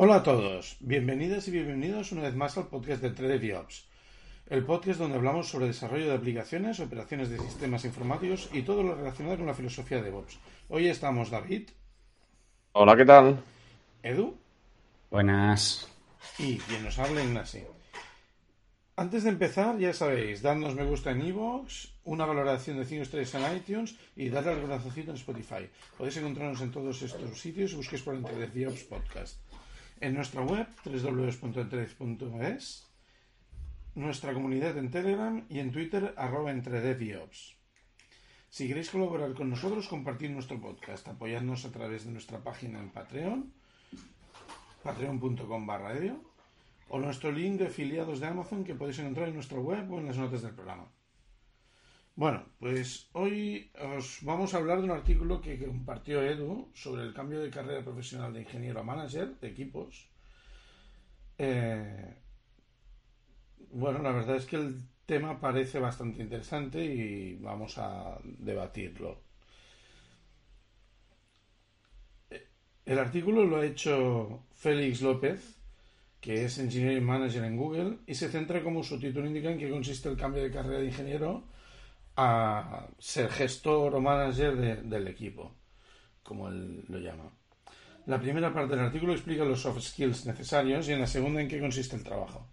Hola a todos, bienvenidas y bienvenidos una vez más al podcast de Entre DevOps, el podcast donde hablamos sobre desarrollo de aplicaciones, operaciones de sistemas informáticos y todo lo relacionado con la filosofía de DevOps. Hoy estamos David, Hola, ¿qué tal? Edu Buenas. y quien nos habla Ignasi. Antes de empezar, ya sabéis, dadnos me gusta en iVoox, una valoración de 5 estrellas en iTunes y darle al corazoncito en Spotify. Podéis encontrarnos en todos estos sitios si busquéis por Entre DevOps Podcast. En nuestra web, www.entredev.es, nuestra comunidad en Telegram y en Twitter, @entredeviops. Si queréis colaborar con nosotros, compartid nuestro podcast, apoyadnos a través de nuestra página en Patreon, patreon.com/edio, o nuestro link de afiliados de Amazon que podéis encontrar en nuestra web o en las notas del programa. Bueno, pues hoy os vamos a hablar de un artículo que compartió Edu sobre el cambio de carrera profesional de ingeniero a manager de equipos. Bueno, la verdad es que el tema parece bastante interesante y vamos a debatirlo. El artículo lo ha hecho Félix López, que es Engineering Manager en Google, y se centra, como su título indica, en qué consiste el cambio de carrera de ingeniero a ser gestor o manager del equipo, como él lo llama. La primera parte del artículo explica los soft skills necesarios y en la segunda en qué consiste el trabajo.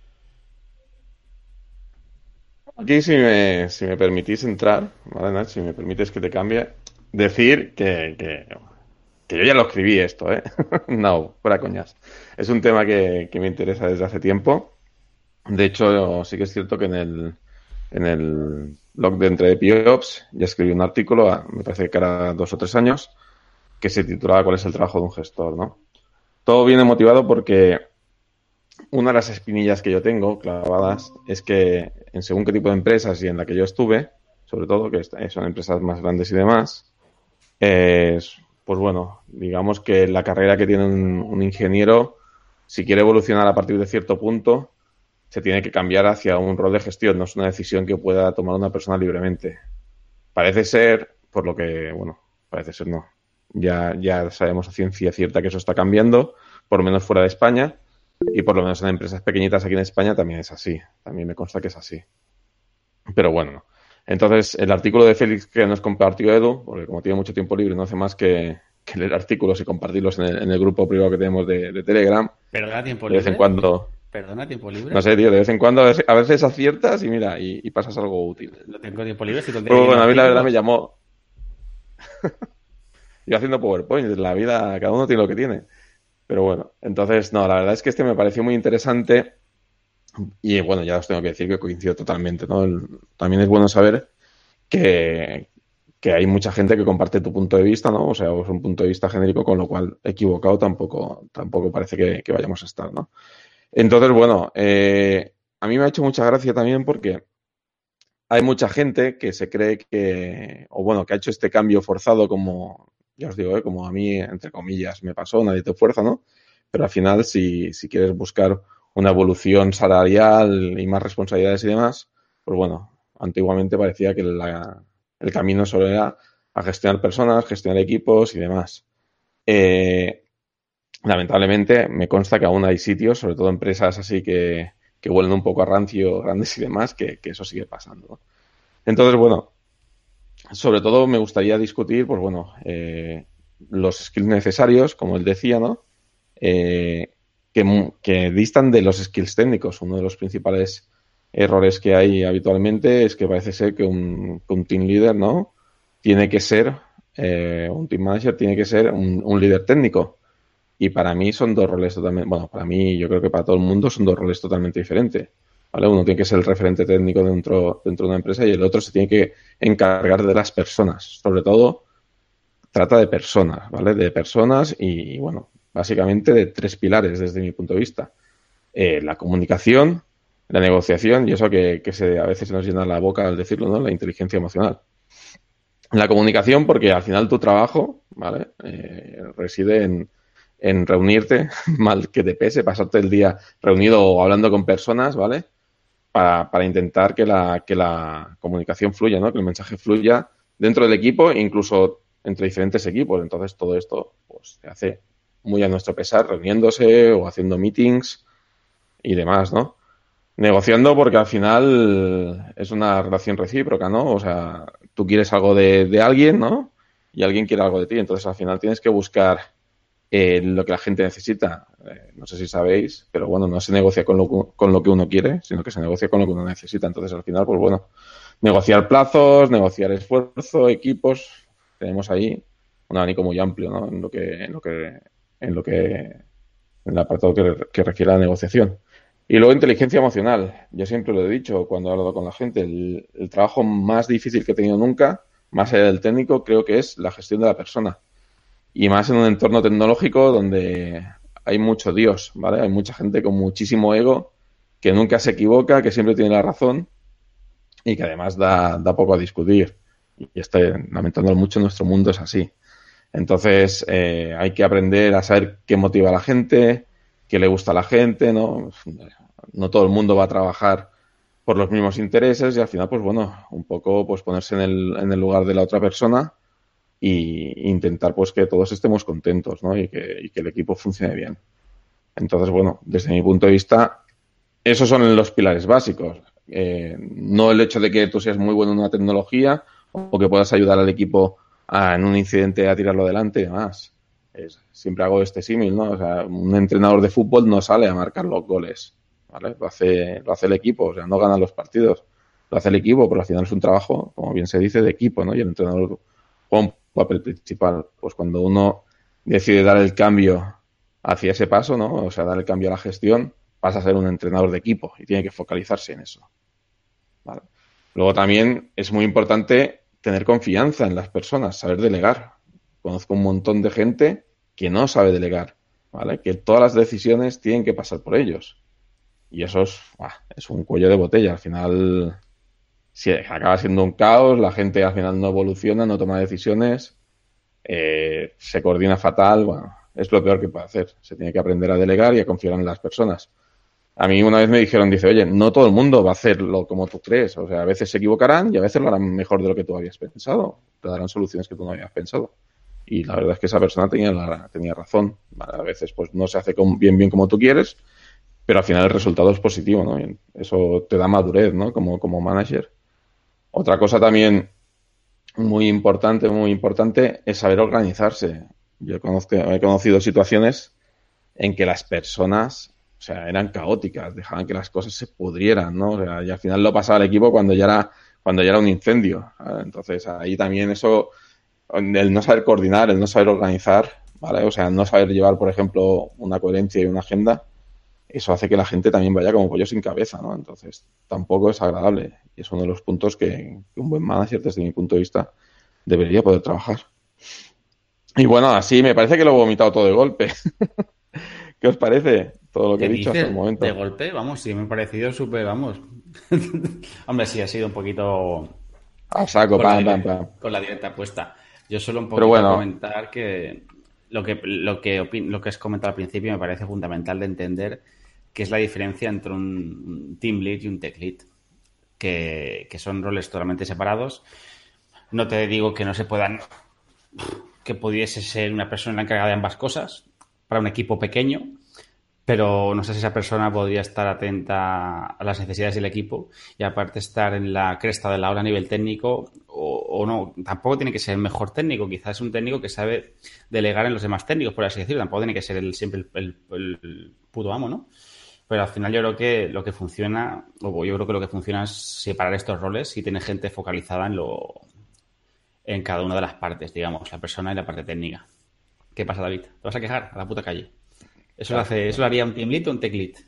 Aquí, si me permitís entrar, ¿vale, Nach? Si me permites que te cambie, decir que yo ya lo escribí esto, ¿eh? No, fuera coñas. Es un tema que me interesa desde hace tiempo. De hecho, sí que es cierto que en el blog de Entre PioPs ya escribí un artículo, me parece que era 2 o 3 años, que se titulaba ¿Cuál es el trabajo de un gestor?, ¿no? Todo viene motivado porque una de las espinillas que yo tengo clavadas es que en según qué tipo de empresas y en la que yo estuve, sobre todo, que son empresas más grandes y demás, pues bueno, digamos que la carrera que tiene un ingeniero, si quiere evolucionar a partir de cierto punto, se tiene que cambiar hacia un rol de gestión, no es una decisión que pueda tomar una persona libremente. Parece ser, por lo que, bueno, parece ser no. Ya sabemos a ciencia cierta que eso está cambiando, por lo menos fuera de España, y por lo menos en empresas pequeñitas aquí en España también es así. También me consta que es así. Pero bueno, no. Entonces, el artículo de Félix que nos compartió Edu, porque como tiene mucho tiempo libre, no hace más que leer artículos y compartirlos en el grupo privado que tenemos de Telegram, ¿Perdona tiempo de vez en libre? cuando, ¿Perdona tiempo no libre? sé, tío, de vez en cuando, a veces aciertas y mira, y pasas algo útil. No tengo tiempo libre, estoy todo el día Pero leyendo bueno, a mí la verdad me artículos. llamó, yo haciendo PowerPoint, la vida, cada uno tiene lo que tiene. Pero bueno, entonces, no, la verdad es que este me pareció muy interesante. Y bueno, ya os tengo que decir que coincido totalmente, ¿no? También es bueno saber que, que hay mucha gente que comparte tu punto de vista, ¿no? O sea, es un punto de vista genérico, con lo cual equivocado tampoco parece que vayamos a estar, ¿no? Entonces, bueno, a mí me ha hecho mucha gracia también porque hay mucha gente que se cree o bueno, que ha hecho este cambio forzado como, ya os digo, como a mí, entre comillas, me pasó, nadie te fuerza, ¿no? Pero al final, si quieres buscar una evolución salarial y más responsabilidades y demás, pues bueno, antiguamente parecía que el camino solo era a gestionar personas, gestionar equipos y demás. Eh, Lamentablemente, me consta que aún hay sitios, sobre todo empresas así que huelen un poco a rancio, grandes y demás, que eso sigue pasando, ¿no? Entonces, bueno, sobre todo me gustaría discutir, pues bueno, los skills necesarios, como él decía, ¿no? Que distan de los skills técnicos. Uno de los principales errores que hay habitualmente es que parece ser que un team leader, ¿no? Tiene que ser, un team manager tiene que ser un líder técnico. Y para mí son dos roles totalmente, bueno, para mí, yo creo que para todo el mundo son dos roles totalmente diferentes. ¿Vale? Uno tiene que ser el referente técnico dentro de una empresa y el otro se tiene que encargar de las personas. Sobre todo, trata de personas, ¿vale? De personas y, bueno, básicamente de tres pilares desde mi punto de vista. La comunicación, la negociación y eso a veces se nos llena la boca al decirlo, ¿no? La inteligencia emocional. La comunicación, porque al final tu trabajo, ¿vale? Reside en reunirte, mal que te pese, pasarte el día reunido o hablando con personas, ¿vale? Para intentar que la comunicación fluya, ¿no? Que el mensaje fluya dentro del equipo e incluso entre diferentes equipos. Entonces todo esto pues se hace muy a nuestro pesar, reuniéndose o haciendo meetings y demás, ¿no? Negociando porque al final es una relación recíproca, ¿no? O sea, tú quieres algo de alguien, ¿no? Y alguien quiere algo de ti. Entonces al final tienes que buscar lo que la gente necesita. No sé si sabéis, pero bueno, no se negocia con lo que uno quiere, sino que se negocia con lo que uno necesita. Entonces al final, pues bueno, negociar plazos, negociar esfuerzo, equipos. Tenemos ahí un abanico muy amplio, ¿no? En el apartado que refiere a la negociación. Y luego inteligencia emocional. Yo siempre lo he dicho cuando he hablado con la gente. El trabajo más difícil que he tenido nunca, más allá del técnico, creo que es la gestión de la persona. Y más en un entorno tecnológico donde hay mucho Dios, ¿vale? Hay mucha gente con muchísimo ego que nunca se equivoca, que siempre tiene la razón y que además da poco a discutir. Y lamentándolo mucho, nuestro mundo es así. Entonces, hay que aprender a saber qué motiva a la gente, qué le gusta a la gente, ¿no? No todo el mundo va a trabajar por los mismos intereses y al final, pues bueno, un poco pues ponerse en el lugar de la otra persona y intentar pues que todos estemos contentos, ¿no? Y que el equipo funcione bien. Entonces, bueno, desde mi punto de vista, esos son los pilares básicos. No el hecho de que tú seas muy bueno en una tecnología o que puedas ayudar al equipo en un incidente a tirarlo adelante y demás. Siempre hago este símil, ¿no? O sea, un entrenador de fútbol no sale a marcar los goles, ¿vale? Lo hace el equipo, o sea, no ganan los partidos. Lo hace el equipo, pero al final es un trabajo, como bien se dice, de equipo, ¿no? Y el entrenador juega un papel principal. Pues cuando uno decide dar el cambio hacia ese paso, ¿no? O sea, dar el cambio a la gestión, pasa a ser un entrenador de equipo y tiene que focalizarse en eso. ¿Vale? Luego también es muy importante tener confianza en las personas, saber delegar. Conozco un montón de gente que no sabe delegar, ¿vale? Que todas las decisiones tienen que pasar por ellos. Y eso es un cuello de botella. Al final acaba siendo un caos, la gente al final no evoluciona, no toma decisiones, se coordina fatal. Bueno, es lo peor que puede hacer. Se tiene que aprender a delegar y a confiar en las personas. A mí una vez me dijeron, dice, oye, no todo el mundo va a hacerlo como tú crees. O sea, a veces se equivocarán y a veces lo harán mejor de lo que tú habías pensado. Te darán soluciones que tú no habías pensado. Y la verdad es que esa persona tenía razón. A veces pues no se hace bien como tú quieres, pero al final el resultado es positivo, ¿no? Y eso te da madurez, ¿no? Como manager. Otra cosa también muy importante es saber organizarse. He conocido situaciones en que las personas, o sea, eran caóticas, dejaban que las cosas se pudrieran, ¿no? O sea, y al final lo pasaba al equipo cuando ya era un incendio, ¿vale? Entonces ahí también eso, el no saber coordinar, el no saber organizar, ¿vale? O sea, no saber llevar, por ejemplo, una coherencia y una agenda, eso hace que la gente también vaya como pollo sin cabeza, ¿no? Entonces tampoco es agradable y es uno de los puntos que un buen manager, desde mi punto de vista, debería poder trabajar. Y bueno, así me parece que lo he vomitado todo de golpe. ¿Qué os parece todo lo que ¿Qué he dicho hasta el dices? De momento? golpe, vamos, sí, me ha parecido súper, vamos. Hombre, sí, ha sido un poquito A saco, pam, pam, pam. con la directa puesta. Yo solo un Pero poquito bueno, comentar que lo que has comentado al principio me parece fundamental de entender que es la diferencia entre un team lead y un tech lead, que son roles totalmente separados. No te digo que no se puedan, que pudiese ser una persona encargada de ambas cosas para un equipo pequeño, pero no sé si esa persona podría estar atenta a las necesidades del equipo y aparte estar en la cresta de la ola a nivel técnico o no. Tampoco tiene que ser el mejor técnico, quizás es un técnico que sabe delegar en los demás técnicos, por así decirlo. Tampoco tiene que ser siempre el puto amo, ¿no? Pero al final yo creo que lo que funciona, o yo creo que lo que funciona es separar estos roles y tener gente focalizada en cada una de las partes, digamos, la persona y la parte técnica. ¿Qué pasa, David? ¿Te vas a quejar? A la puta calle. Eso lo haría un team lead o un tech lead.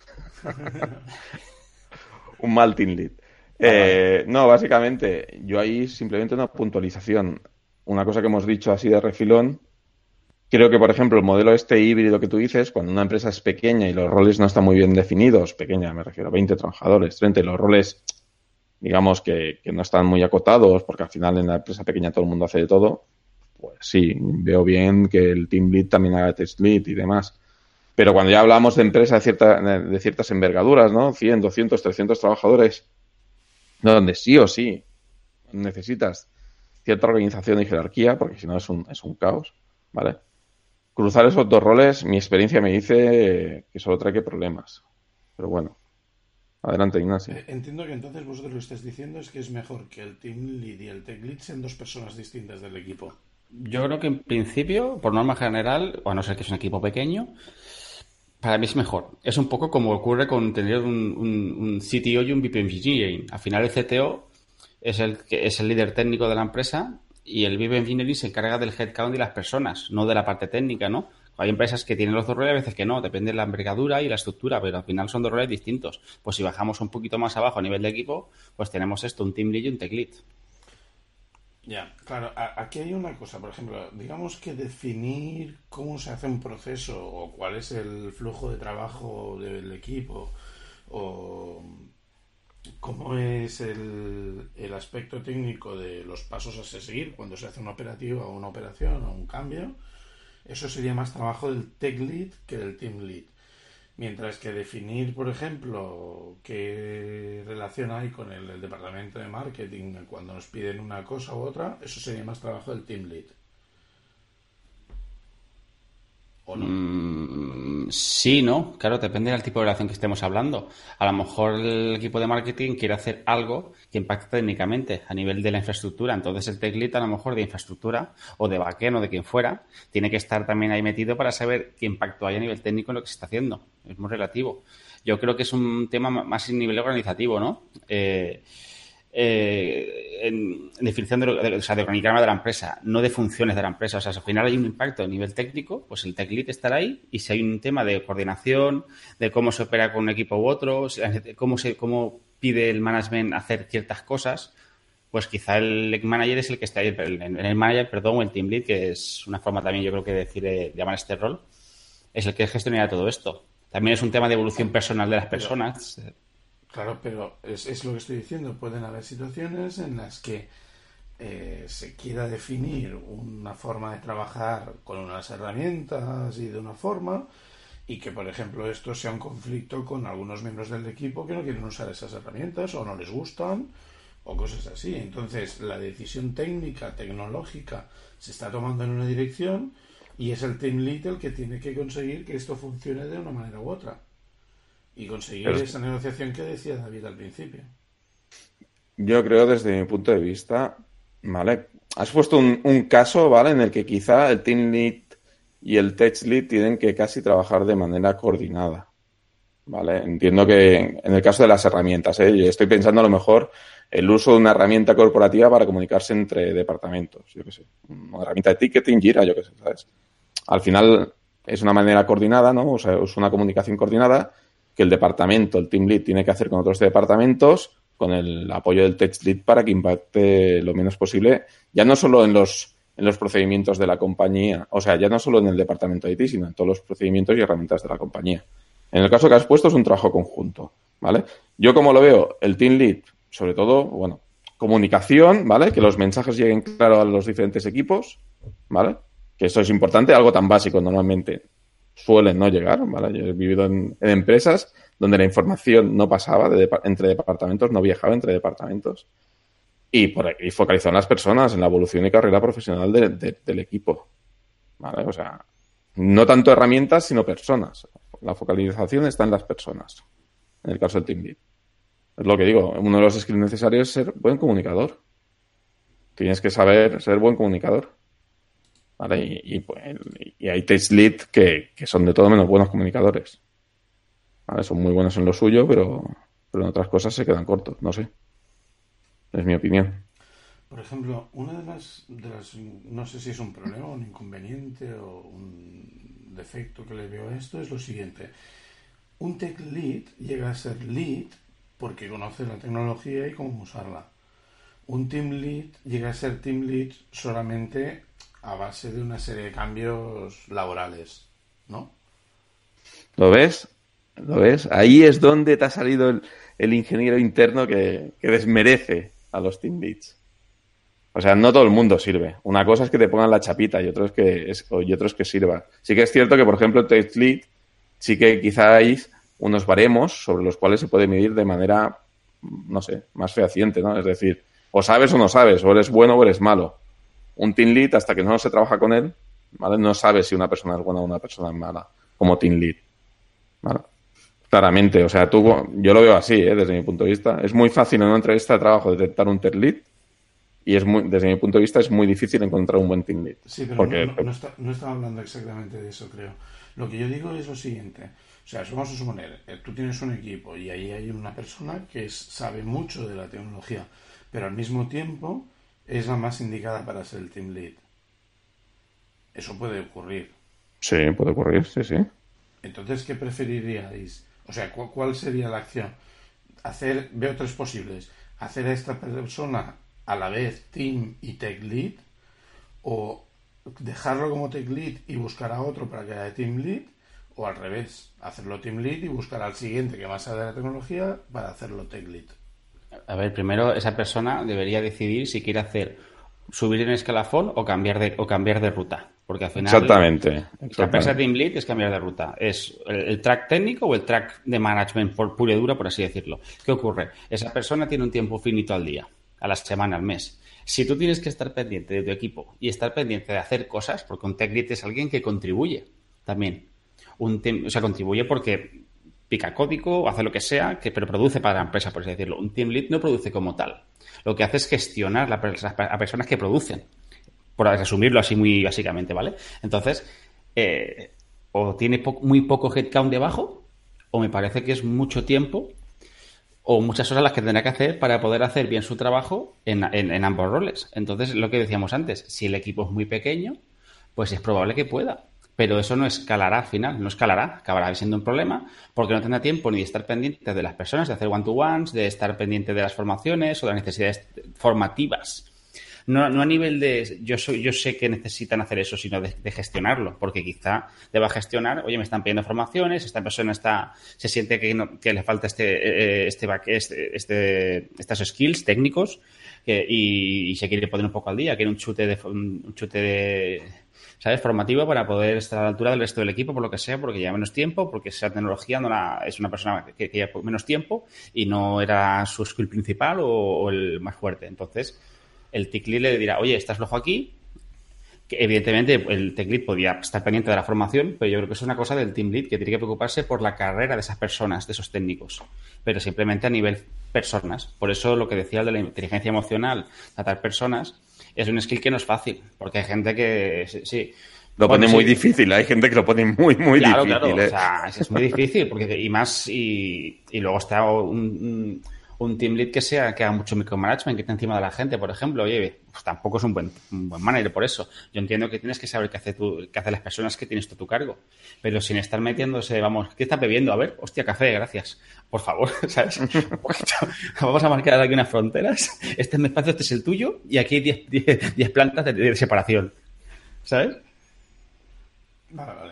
un mal team lead. Vale. No, básicamente, yo ahí simplemente una puntualización. Una cosa que hemos dicho así de refilón. Creo que, por ejemplo, el modelo este híbrido que tú dices, cuando una empresa es pequeña y los roles no están muy bien definidos, pequeña me refiero, 20 trabajadores, 30, y los roles, digamos, que no están muy acotados, porque al final en la empresa pequeña todo el mundo hace de todo, pues sí, veo bien que el team lead también haga test lead y demás. Pero cuando ya hablamos de empresas de ciertas envergaduras, ¿no? 100, 200, 300 trabajadores, donde sí o sí necesitas cierta organización y jerarquía, porque si no es un caos, ¿vale? cruzar esos dos roles, mi experiencia me dice que solo trae que problemas. Pero bueno, adelante, Ignacio. Entiendo que entonces vosotros lo que estáis diciendo es que es mejor que el Team Lead y el Tech Lead sean dos personas distintas del equipo. Yo creo que en principio, por norma general, o a no ser que es un equipo pequeño, para mí es mejor. Es un poco como ocurre con tener un CTO y un VP Engineering. Al final el CTO es el líder técnico de la empresa y el VP Engineering se encarga del headcount y las personas, no de la parte técnica, ¿no? Hay empresas que tienen los dos roles, a veces que no, depende de la envergadura y la estructura, pero al final son dos roles distintos. Pues si bajamos un poquito más abajo a nivel de equipo, pues tenemos esto, un Team Lead y un Tech Lead. Ya, claro, aquí hay una cosa, por ejemplo, digamos que definir cómo se hace un proceso o cuál es el flujo de trabajo del equipo o cómo es el aspecto técnico de los pasos a seguir cuando se hace una operativa o una operación o un cambio, eso sería más trabajo del Tech Lead que del Team Lead. Mientras que definir, por ejemplo, qué relación hay con el departamento de marketing cuando nos piden una cosa u otra, eso sería más trabajo del Team Lead. ¿O no? Sí, ¿no? Claro, depende del tipo de relación que estemos hablando. A lo mejor el equipo de marketing quiere hacer algo que impacte técnicamente a nivel de la infraestructura. Entonces el tech lead, a lo mejor de infraestructura o de backend o de quien fuera, tiene que estar también ahí metido para saber qué impacto hay a nivel técnico en lo que se está haciendo. Es muy relativo. Yo creo que es un tema más en nivel organizativo, ¿no? En definición de organigrama de la empresa, no de funciones de la empresa. O sea, si al final hay un impacto a nivel técnico, pues el tech lead estará ahí, y si hay un tema de coordinación, de cómo se opera con un equipo u otro, cómo pide el management hacer ciertas cosas, pues quizá el manager es el que está ahí, el manager, perdón, o el team lead, que es una forma también, yo creo que decir, llamar este rol, es el que gestionará todo esto. También es un tema de evolución personal de las personas. Claro, pero es lo que estoy diciendo. Pueden haber situaciones en las que se quiera definir una forma de trabajar con unas herramientas y de una forma, y que, por ejemplo, esto sea un conflicto con algunos miembros del equipo que no quieren usar esas herramientas o no les gustan o cosas así. Entonces, la decisión técnica, tecnológica, se está tomando en una dirección y es el team lead el que tiene que conseguir que esto funcione de una manera u otra. Y conseguir esa negociación que decía David al principio. Yo creo, desde mi punto de vista, ¿vale? Has puesto un caso, ¿vale? En el que quizá el Team Lead y el Tech Lead tienen que casi trabajar de manera coordinada, ¿vale? Entiendo que en el caso de las herramientas, yo estoy pensando a lo mejor el uso de una herramienta corporativa para comunicarse entre departamentos, yo qué sé, una herramienta de ticketing, Jira, yo qué sé, ¿sabes? Al final es una manera coordinada, ¿no? O sea, es una comunicación coordinada que el departamento, el team lead, tiene que hacer con otros departamentos, con el apoyo del tech lead para que impacte lo menos posible, ya no solo en los procedimientos de la compañía, o sea, ya no solo en el departamento de IT, sino en todos los procedimientos y herramientas de la compañía. En el caso que has puesto es un trabajo conjunto, ¿vale? Yo, como lo veo, el team lead, sobre todo, bueno, comunicación, ¿vale? Que los mensajes lleguen claro a los diferentes equipos, ¿vale? Que eso es importante, algo tan básico normalmente suelen no llegar, ¿vale? Yo he vivido en empresas donde la información no pasaba entre departamentos, no viajaba entre departamentos. Y focalizar en las personas, en la evolución y carrera profesional del equipo, ¿vale? O sea, no tanto herramientas, sino personas. La focalización está en las personas, en el caso del Team Lead. Es lo que digo, uno de los skills necesarios es ser buen comunicador. Tienes que saber ser buen comunicador. ¿Vale? Y hay tech lead que son de todo menos buenos comunicadores. ¿Vale? Son muy buenos en lo suyo, pero en otras cosas se quedan cortos. No sé. Es mi opinión. Por ejemplo, una de las no sé si es un problema, un inconveniente o un defecto que le veo a esto, es lo siguiente. Un tech lead llega a ser lead porque conoce la tecnología y cómo usarla. Un team lead llega a ser team lead solamente a base de una serie de cambios laborales, ¿no? ¿Lo ves? ¿Lo ves? Ahí es donde te ha salido el ingeniero interno que desmerece a los team leads. O sea, no todo el mundo sirve. Una cosa es que te pongan la chapita y otro es que sirva. Sí que es cierto que, por ejemplo, el tech lead sí que quizá hay unos baremos sobre los cuales se puede medir de manera, no sé, más fehaciente, ¿no? Es decir, o sabes o no sabes, o eres bueno o eres malo. Un team lead, hasta que no se trabaja con él, ¿vale? No sabes si una persona es buena o una persona es mala como team lead, ¿vale? Claramente, o sea, yo lo veo así, desde mi punto de vista. Es muy fácil en una entrevista de trabajo detectar un tech lead y desde mi punto de vista es muy difícil encontrar un buen team lead. Sí, pero porque... no estaba hablando exactamente de eso, creo. Lo que yo digo es lo siguiente. O sea, vamos a suponer, tú tienes un equipo y ahí hay una persona que sabe mucho de la tecnología, pero al mismo tiempo es la más indicada para ser el team lead. Eso puede ocurrir. Sí, puede ocurrir, sí. Entonces, ¿qué preferiríais? O sea, ¿cuál sería la acción? Veo tres posibles. Hacer a esta persona a la vez team y tech lead, o dejarlo como tech lead y buscar a otro para que haga team lead, o al revés, hacerlo team lead y buscar al siguiente que más sabe de la tecnología para hacerlo tech lead. A ver, primero esa persona debería decidir si quiere subir en escalafón o cambiar de ruta. Porque al final Exactamente. cambiarse a team lead es cambiar de ruta. Es el track técnico o el track de management por pura y dura, por así decirlo. ¿Qué ocurre? Esa persona tiene un tiempo finito al día, a la semana, al mes. Si tú tienes que estar pendiente de tu equipo y estar pendiente de hacer cosas, porque un tech lead es alguien que contribuye también. Contribuye porque pica código o hace lo que sea, pero produce para la empresa, por así decirlo. Un team lead no produce como tal. Lo que hace es gestionar a personas que producen, por resumirlo así muy básicamente, ¿vale? Entonces, o tiene muy poco headcount debajo, o me parece que es mucho tiempo o muchas horas las que tendrá que hacer para poder hacer bien su trabajo en ambos roles. Entonces, lo que decíamos antes, si el equipo es muy pequeño, pues es probable que pueda. Pero eso no escalará al final, no escalará, acabará siendo un problema porque no tendrá tiempo ni de estar pendiente de las personas, de hacer one-to-ones, de estar pendiente de las formaciones o de las necesidades formativas. No a nivel de yo sé que necesitan hacer eso, sino de gestionarlo, porque quizá deba gestionar, oye, me están pidiendo formaciones, esta persona se siente que le falta estas skills técnicos y se quiere poner un poco al día, quiere un chute de ¿sabes? Formativo para poder estar a la altura del resto del equipo, por lo que sea, porque lleva menos tiempo, porque esa tecnología es una persona que lleva menos tiempo y no era su skill principal o el más fuerte. Entonces, el tech lead le dirá, oye, estás flojo aquí, que evidentemente el tech lead podría estar pendiente de la formación, pero yo creo que es una cosa del team lead que tiene que preocuparse por la carrera de esas personas, de esos técnicos, pero simplemente a nivel personas. Por eso lo que decía de la inteligencia emocional, tratar personas, es un skill que no es fácil, porque hay gente que sí. Lo pone muy difícil, hay gente que lo pone muy difícil. Claro, o sea, es muy difícil, porque y luego está un team lead que haga mucho micromanagement, que esté encima de la gente, por ejemplo. Oye, pues tampoco es un buen manager por eso. Yo entiendo que tienes que saber qué hacer las personas que tienes a tu cargo, pero sin estar metiéndose, vamos, ¿qué estás bebiendo? A ver, hostia, café, gracias. Por favor, ¿sabes? Un poquito. Vamos a marcar aquí unas fronteras. Este es mi espacio, este es el tuyo, y aquí hay 10 plantas de separación. ¿Sabes? Vale.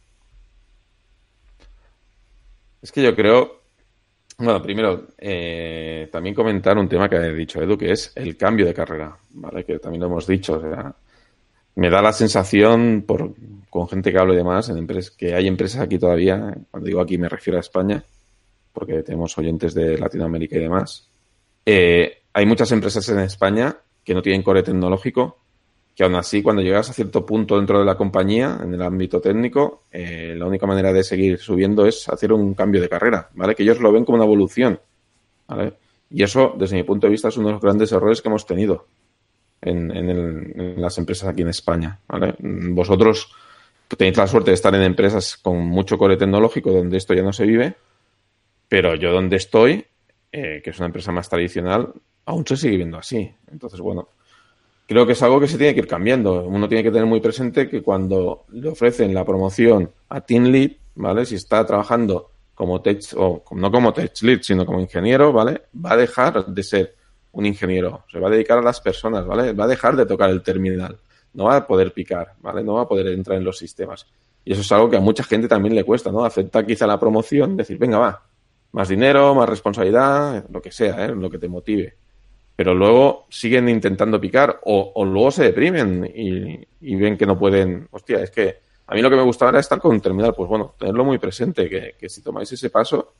Es que yo creo... Bueno, primero, también comentar un tema que ha dicho Edu, que es el cambio de carrera, ¿vale? Que también lo hemos dicho. O sea, me da la sensación, con gente que hablo y demás, que hay empresas aquí todavía, cuando digo aquí me refiero a España, porque tenemos oyentes de Latinoamérica y demás. Hay muchas empresas en España que no tienen core tecnológico, que aún así, cuando llegas a cierto punto dentro de la compañía, en el ámbito técnico, la única manera de seguir subiendo es hacer un cambio de carrera, ¿vale? Que ellos lo ven como una evolución, ¿vale? Y eso, desde mi punto de vista, es uno de los grandes errores que hemos tenido en las empresas aquí en España, ¿vale? Vosotros tenéis la suerte de estar en empresas con mucho core tecnológico donde esto ya no se vive, pero yo donde estoy, que es una empresa más tradicional, aún se sigue viendo así. Entonces, bueno, creo que es algo que se tiene que ir cambiando. Uno tiene que tener muy presente que cuando le ofrecen la promoción a Team Lead, ¿vale? Si está trabajando como tech, o no como tech lead, sino como ingeniero, ¿vale? Va a dejar de ser un ingeniero. Se va a dedicar a las personas, ¿vale? Va a dejar de tocar el terminal. No va a poder picar, ¿vale? No va a poder entrar en los sistemas. Y eso es algo que a mucha gente también le cuesta, ¿no? Aceptar quizá la promoción, decir, venga, va, más dinero, más responsabilidad, lo que sea, lo que te motive. Pero luego siguen intentando picar o luego se deprimen y ven que no pueden. Hostia, es que a mí lo que me gustaba era estar con un terminal. Pues bueno, tenerlo muy presente, que si tomáis ese paso,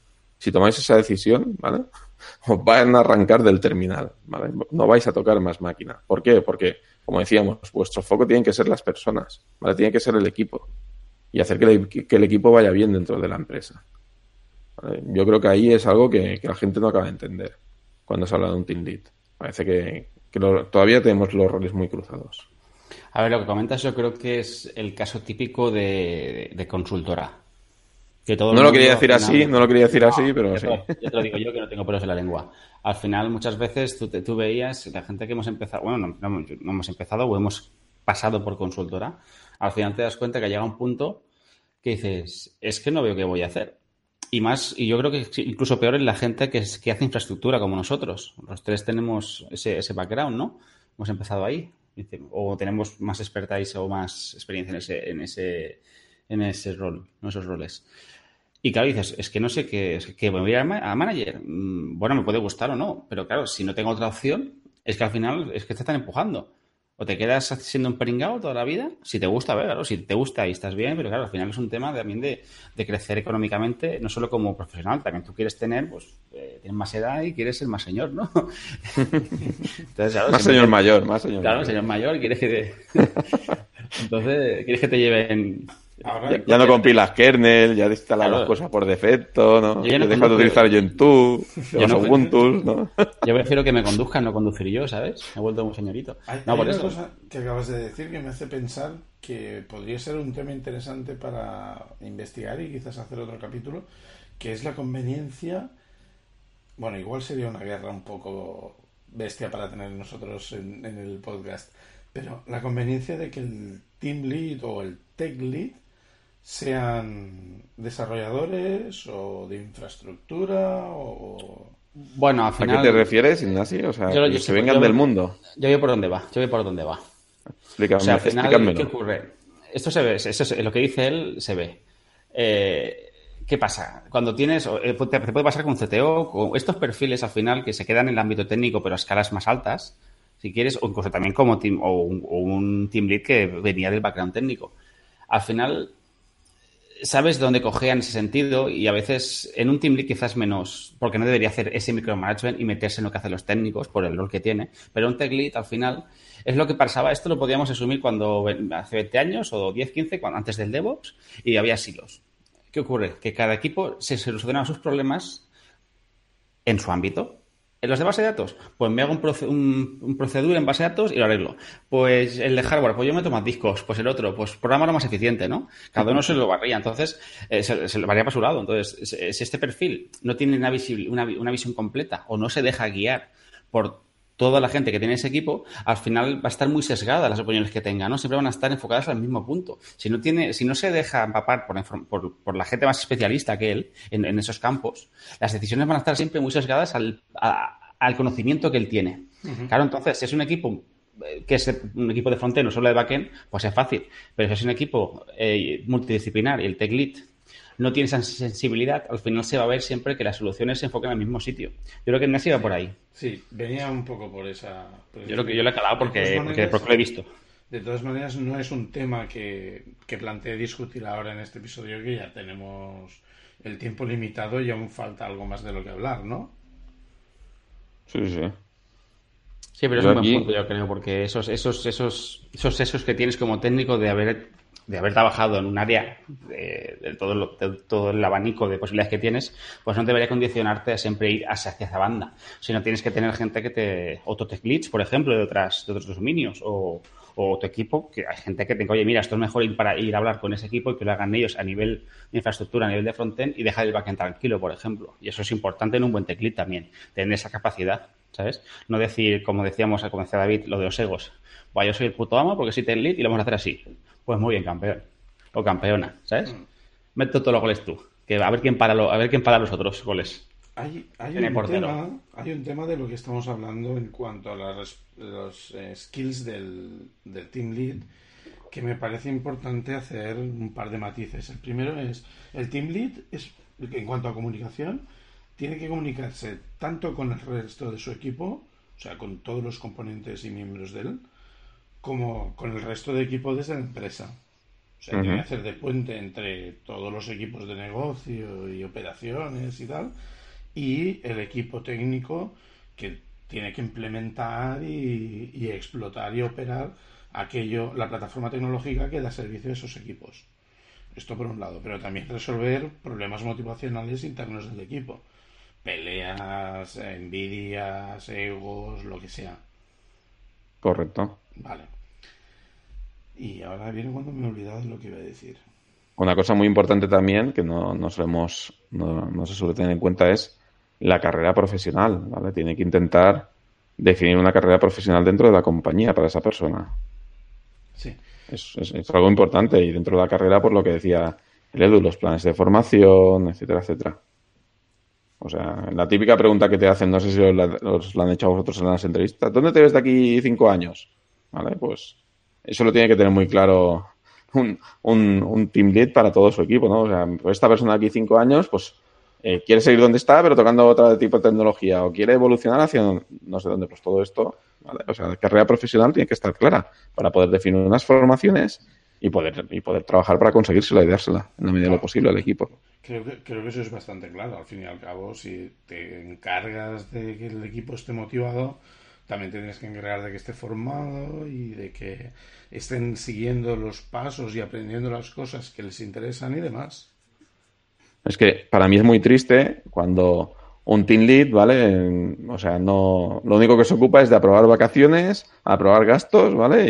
si tomáis esa decisión, ¿vale? Os van a arrancar del terminal, ¿vale? No vais a tocar más máquina. ¿Por qué? Porque, como decíamos, vuestro foco tienen que ser las personas, ¿vale? Tiene que ser el equipo y hacer que el equipo vaya bien dentro de la empresa, ¿vale? Yo creo que ahí es algo que la gente no acaba de entender cuando se habla de un team lead. Parece que todavía tenemos los roles muy cruzados. A ver, lo que comentas yo creo que es el caso típico de consultora. Que todo No el lo quería mundo, decir al final, así, no lo quería decir no, así, pero sí. ya te lo digo yo que no tengo pelos en la lengua. Al final, muchas veces tú veías la gente que hemos empezado, bueno, no hemos empezado o hemos pasado por consultora, al final te das cuenta que llega un punto que dices, es que no veo qué voy a hacer. Y yo creo que incluso peor es la gente que hace infraestructura como nosotros. Los tres tenemos ese background, ¿no? Hemos empezado ahí. O tenemos más expertise o más experiencia en ese rol, en esos roles. Y claro, dices, es que no sé qué, es que me voy a manager. Bueno, me puede gustar o no, pero claro, si no tengo otra opción, es que al final es que te están empujando. O te quedas siendo un pringao toda la vida, si te gusta, claro, si te gusta y estás bien, pero claro, al final es un tema también de crecer económicamente, no solo como profesional, también tú quieres tener, pues, tienes más edad y quieres ser más señor, ¿no? Entonces, claro, Más señor mayor, más señor claro, mayor. señor mayor, quieres que entonces, quieres que te lleven... Ahora, Ya no compilas kernel, ya te instalas Claro. las cosas por defecto, ¿no? Yo ya no Te dejas de conduzco. utilizar Gentoo, te vas no- a Ubuntu, ¿no? Yo prefiero que me conduzcan, no conducir yo, ¿sabes? Me he vuelto un señorito. hay No, por una eso. cosa que acabas de decir que me hace pensar que podría ser un tema interesante para investigar y quizás hacer otro capítulo, que es la conveniencia. Bueno, igual sería una guerra un poco bestia para tener nosotros en el podcast, pero la conveniencia de que el team lead o el tech lead sean desarrolladores o de infraestructura o... Bueno, al ¿A final... qué te refieres, Ignacio? O sea, Yo- que yo se sé- vengan yo- del mundo. Yo veo por dónde va, yo veo por dónde va. Explícame, O sea, al final, ¿qué explícamelo. ocurre? Esto se ve, lo que dice él se ve. ¿Qué pasa? Cuando tienes, te puede pasar con un CTO, con estos perfiles al final que se quedan en el ámbito técnico pero a escalas más altas, si quieres, o incluso también como un team lead que venía del background técnico. Al final, sabes dónde cogea en ese sentido y a veces en un team lead quizás menos, porque no debería hacer ese micromanagement y meterse en lo que hacen los técnicos por el rol que tiene, pero un tech lead al final es lo que pasaba. Esto lo podíamos asumir cuando hace 20 años o 10, 15, antes del DevOps y había silos. ¿Qué ocurre? Que cada equipo se solucionaba sus problemas en su ámbito. ¿En los de base de datos? Pues me hago un procedure en base de datos y lo arreglo. Pues el de hardware, pues yo meto más discos. Pues el otro, pues programa más eficiente, ¿no? Cada uno se lo barría. Entonces, se lo barría para su lado. Entonces, si este perfil no tiene una visión completa o no se deja guiar por toda la gente que tiene ese equipo, al final va a estar muy sesgada las opiniones que tenga, ¿no? Siempre van a estar enfocadas al mismo punto. Si no se deja empapar por la gente más especialista que él en esos campos, las decisiones van a estar siempre muy sesgadas al conocimiento que él tiene. Uh-huh. Claro, entonces, si es un equipo que es un equipo de frontend o solo de backend, pues es fácil. Pero si es un equipo multidisciplinar y el tech lead no tiene esa sensibilidad, al final se va a ver siempre que las soluciones se enfocan al mismo sitio. Yo creo que Ignacio iba por ahí. Sí, venía un poco por esa... Yo lo he calado porque lo he visto. De todas maneras, no es un tema que planteé discutir ahora en este episodio, que ya tenemos el tiempo limitado y aún falta algo más de lo que hablar, ¿no? Sí. Sí, pero es un buen punto, yo creo, porque esos que tienes como técnico de haber trabajado en un área de todo el abanico de posibilidades que tienes, pues no debería condicionarte a siempre ir hacia esa banda, sino tienes que tener gente que o tech leads, por ejemplo, de otros dominios, o tu equipo, que hay gente que tenga, oye, mira, esto es mejor ir a hablar con ese equipo y que lo hagan ellos a nivel de infraestructura, a nivel de frontend y dejar el backend tranquilo, por ejemplo. Y eso es importante en un buen tech lead también, tener esa capacidad, ¿sabes? No decir, como decía David, lo de los egos. Bueno, yo soy el puto amo porque soy tech lead y lo vamos a hacer así. Pues muy bien, campeón. O campeona, ¿sabes? Mete todos los goles tú. Que a ver quién para los otros goles. Hay un tema de lo que estamos hablando en cuanto a los skills del team lead, que me parece importante hacer un par de matices. El primero es, el team lead en cuanto a comunicación, tiene que comunicarse tanto con el resto de su equipo, o sea, con todos los componentes y miembros de él, como con el resto de equipo desde la empresa. O O sea, tiene que hacer de puente entre todos los equipos de negocio y operaciones y tal, y el equipo técnico que tiene que implementar y explotar y operar la plataforma tecnológica que da servicio a esos equipos. Esto por un lado, pero también resolver problemas motivacionales internos del equipo. Peleas, envidias, egos, lo que sea. Correcto. Vale. Y ahora viene cuando me he olvidado de lo que iba a decir. Una cosa muy importante también que no se suele tener en cuenta es la carrera profesional, ¿vale? Tiene que intentar definir una carrera profesional dentro de la compañía para esa persona. Sí. Es algo importante y dentro de la carrera, por lo que decía el Edu, los planes de formación, etcétera, etcétera. O sea, la típica pregunta que te hacen, no sé si os la han hecho a vosotros en las entrevistas, ¿dónde te ves de aquí 5 años? ¿Vale? Pues eso lo tiene que tener muy claro un team lead para todo su equipo, ¿no? O sea, pues esta persona de aquí 5 años, pues quiere seguir donde está, pero tocando otro tipo de tecnología, o quiere evolucionar hacia no sé dónde, pues todo esto, ¿vale? O sea, la carrera profesional tiene que estar clara para poder definir unas formaciones y poder trabajar para conseguírsela y dársela en la medida de lo posible al equipo. Creo que eso es bastante claro. Al fin y al cabo, si te encargas de que el equipo esté motivado, también tienes que encargar de que esté formado y de que estén siguiendo los pasos y aprendiendo las cosas que les interesan y demás. Es que para mí es muy triste cuando un team lead, ¿vale? O sea, no, lo único que se ocupa es de aprobar vacaciones, aprobar gastos, ¿vale?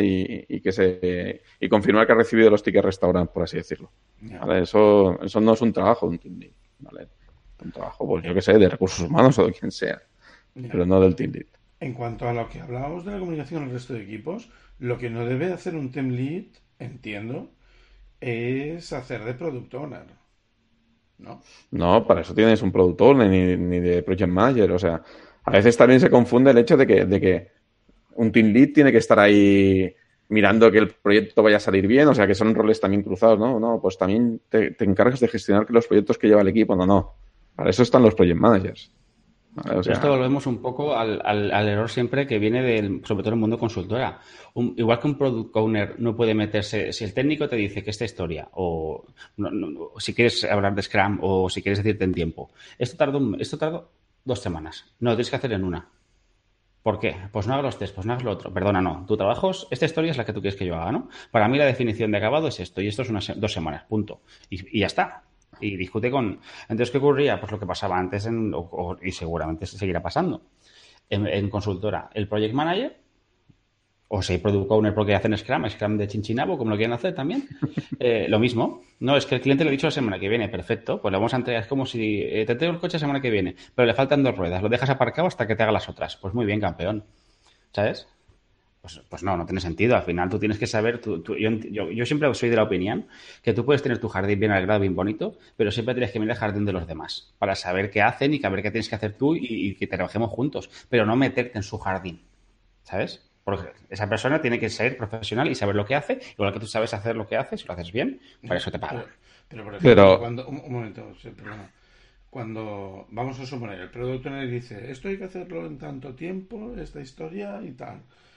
Y confirmar que ha recibido los tickets restaurant, por así decirlo. ¿Vale? Eso no es un trabajo de un team lead, ¿vale? Un trabajo, pues yo qué sé, de recursos humanos o de quien sea, pero no del team lead. En cuanto a lo que hablábamos de la comunicación con el resto de equipos, lo que no debe hacer un team lead, entiendo, es hacer de product owner, ¿no? No, para eso tienes un product owner ni de project manager. O sea, a veces también se confunde el hecho de que un team lead tiene que estar ahí mirando que el proyecto vaya a salir bien. O sea, que son roles también cruzados, ¿no? No, pues también te encargas de gestionar los proyectos que lleva el equipo. No. Para eso están los project managers. ¿Vale? O sea, esto volvemos un poco al error siempre que viene sobre todo en el mundo consultora. Igual que un product owner no puede meterse, si el técnico te dice que esta historia, o si quieres hablar de Scrum, o si quieres decirte en tiempo, esto tardó 2 semanas. No, lo tienes que hacer en una. ¿Por qué? Pues no hagas los test, pues no hagas lo otro. Perdona, no. Tu trabajo, esta historia es la que tú quieres que yo haga, ¿no? Para mí la definición de acabado es esto, y esto es 2 semanas, punto. Y ya está. Y discute con... Entonces, ¿qué ocurría? Pues lo que pasaba antes y seguramente seguirá pasando. En consultora, el project manager, o si hay product owner porque hacen Scrum de Chinchinabo, como lo quieren hacer también, lo mismo. No, es que el cliente lo ha dicho la semana que viene, perfecto, pues le vamos a entregar, es como si te traigo el coche la semana que viene, pero le faltan 2 ruedas, lo dejas aparcado hasta que te haga las otras. Pues muy bien, campeón. ¿Sabes? Pues no tiene sentido. Al final tú tienes que saber, yo siempre soy de la opinión que tú puedes tener tu jardín bien arreglado, bien bonito, pero siempre tienes que mirar el jardín de los demás para saber qué hacen y saber qué tienes que hacer tú y que trabajemos juntos, pero no meterte en su jardín, ¿sabes? Porque esa persona tiene que ser profesional y saber lo que hace, igual que tú sabes hacer lo que haces, si lo haces bien, para eso te pagan. Pero por ejemplo, un momento, perdona. Cuando vamos a suponer, el product owner dice, esto hay que hacerlo en tanto tiempo, esta historia y tal.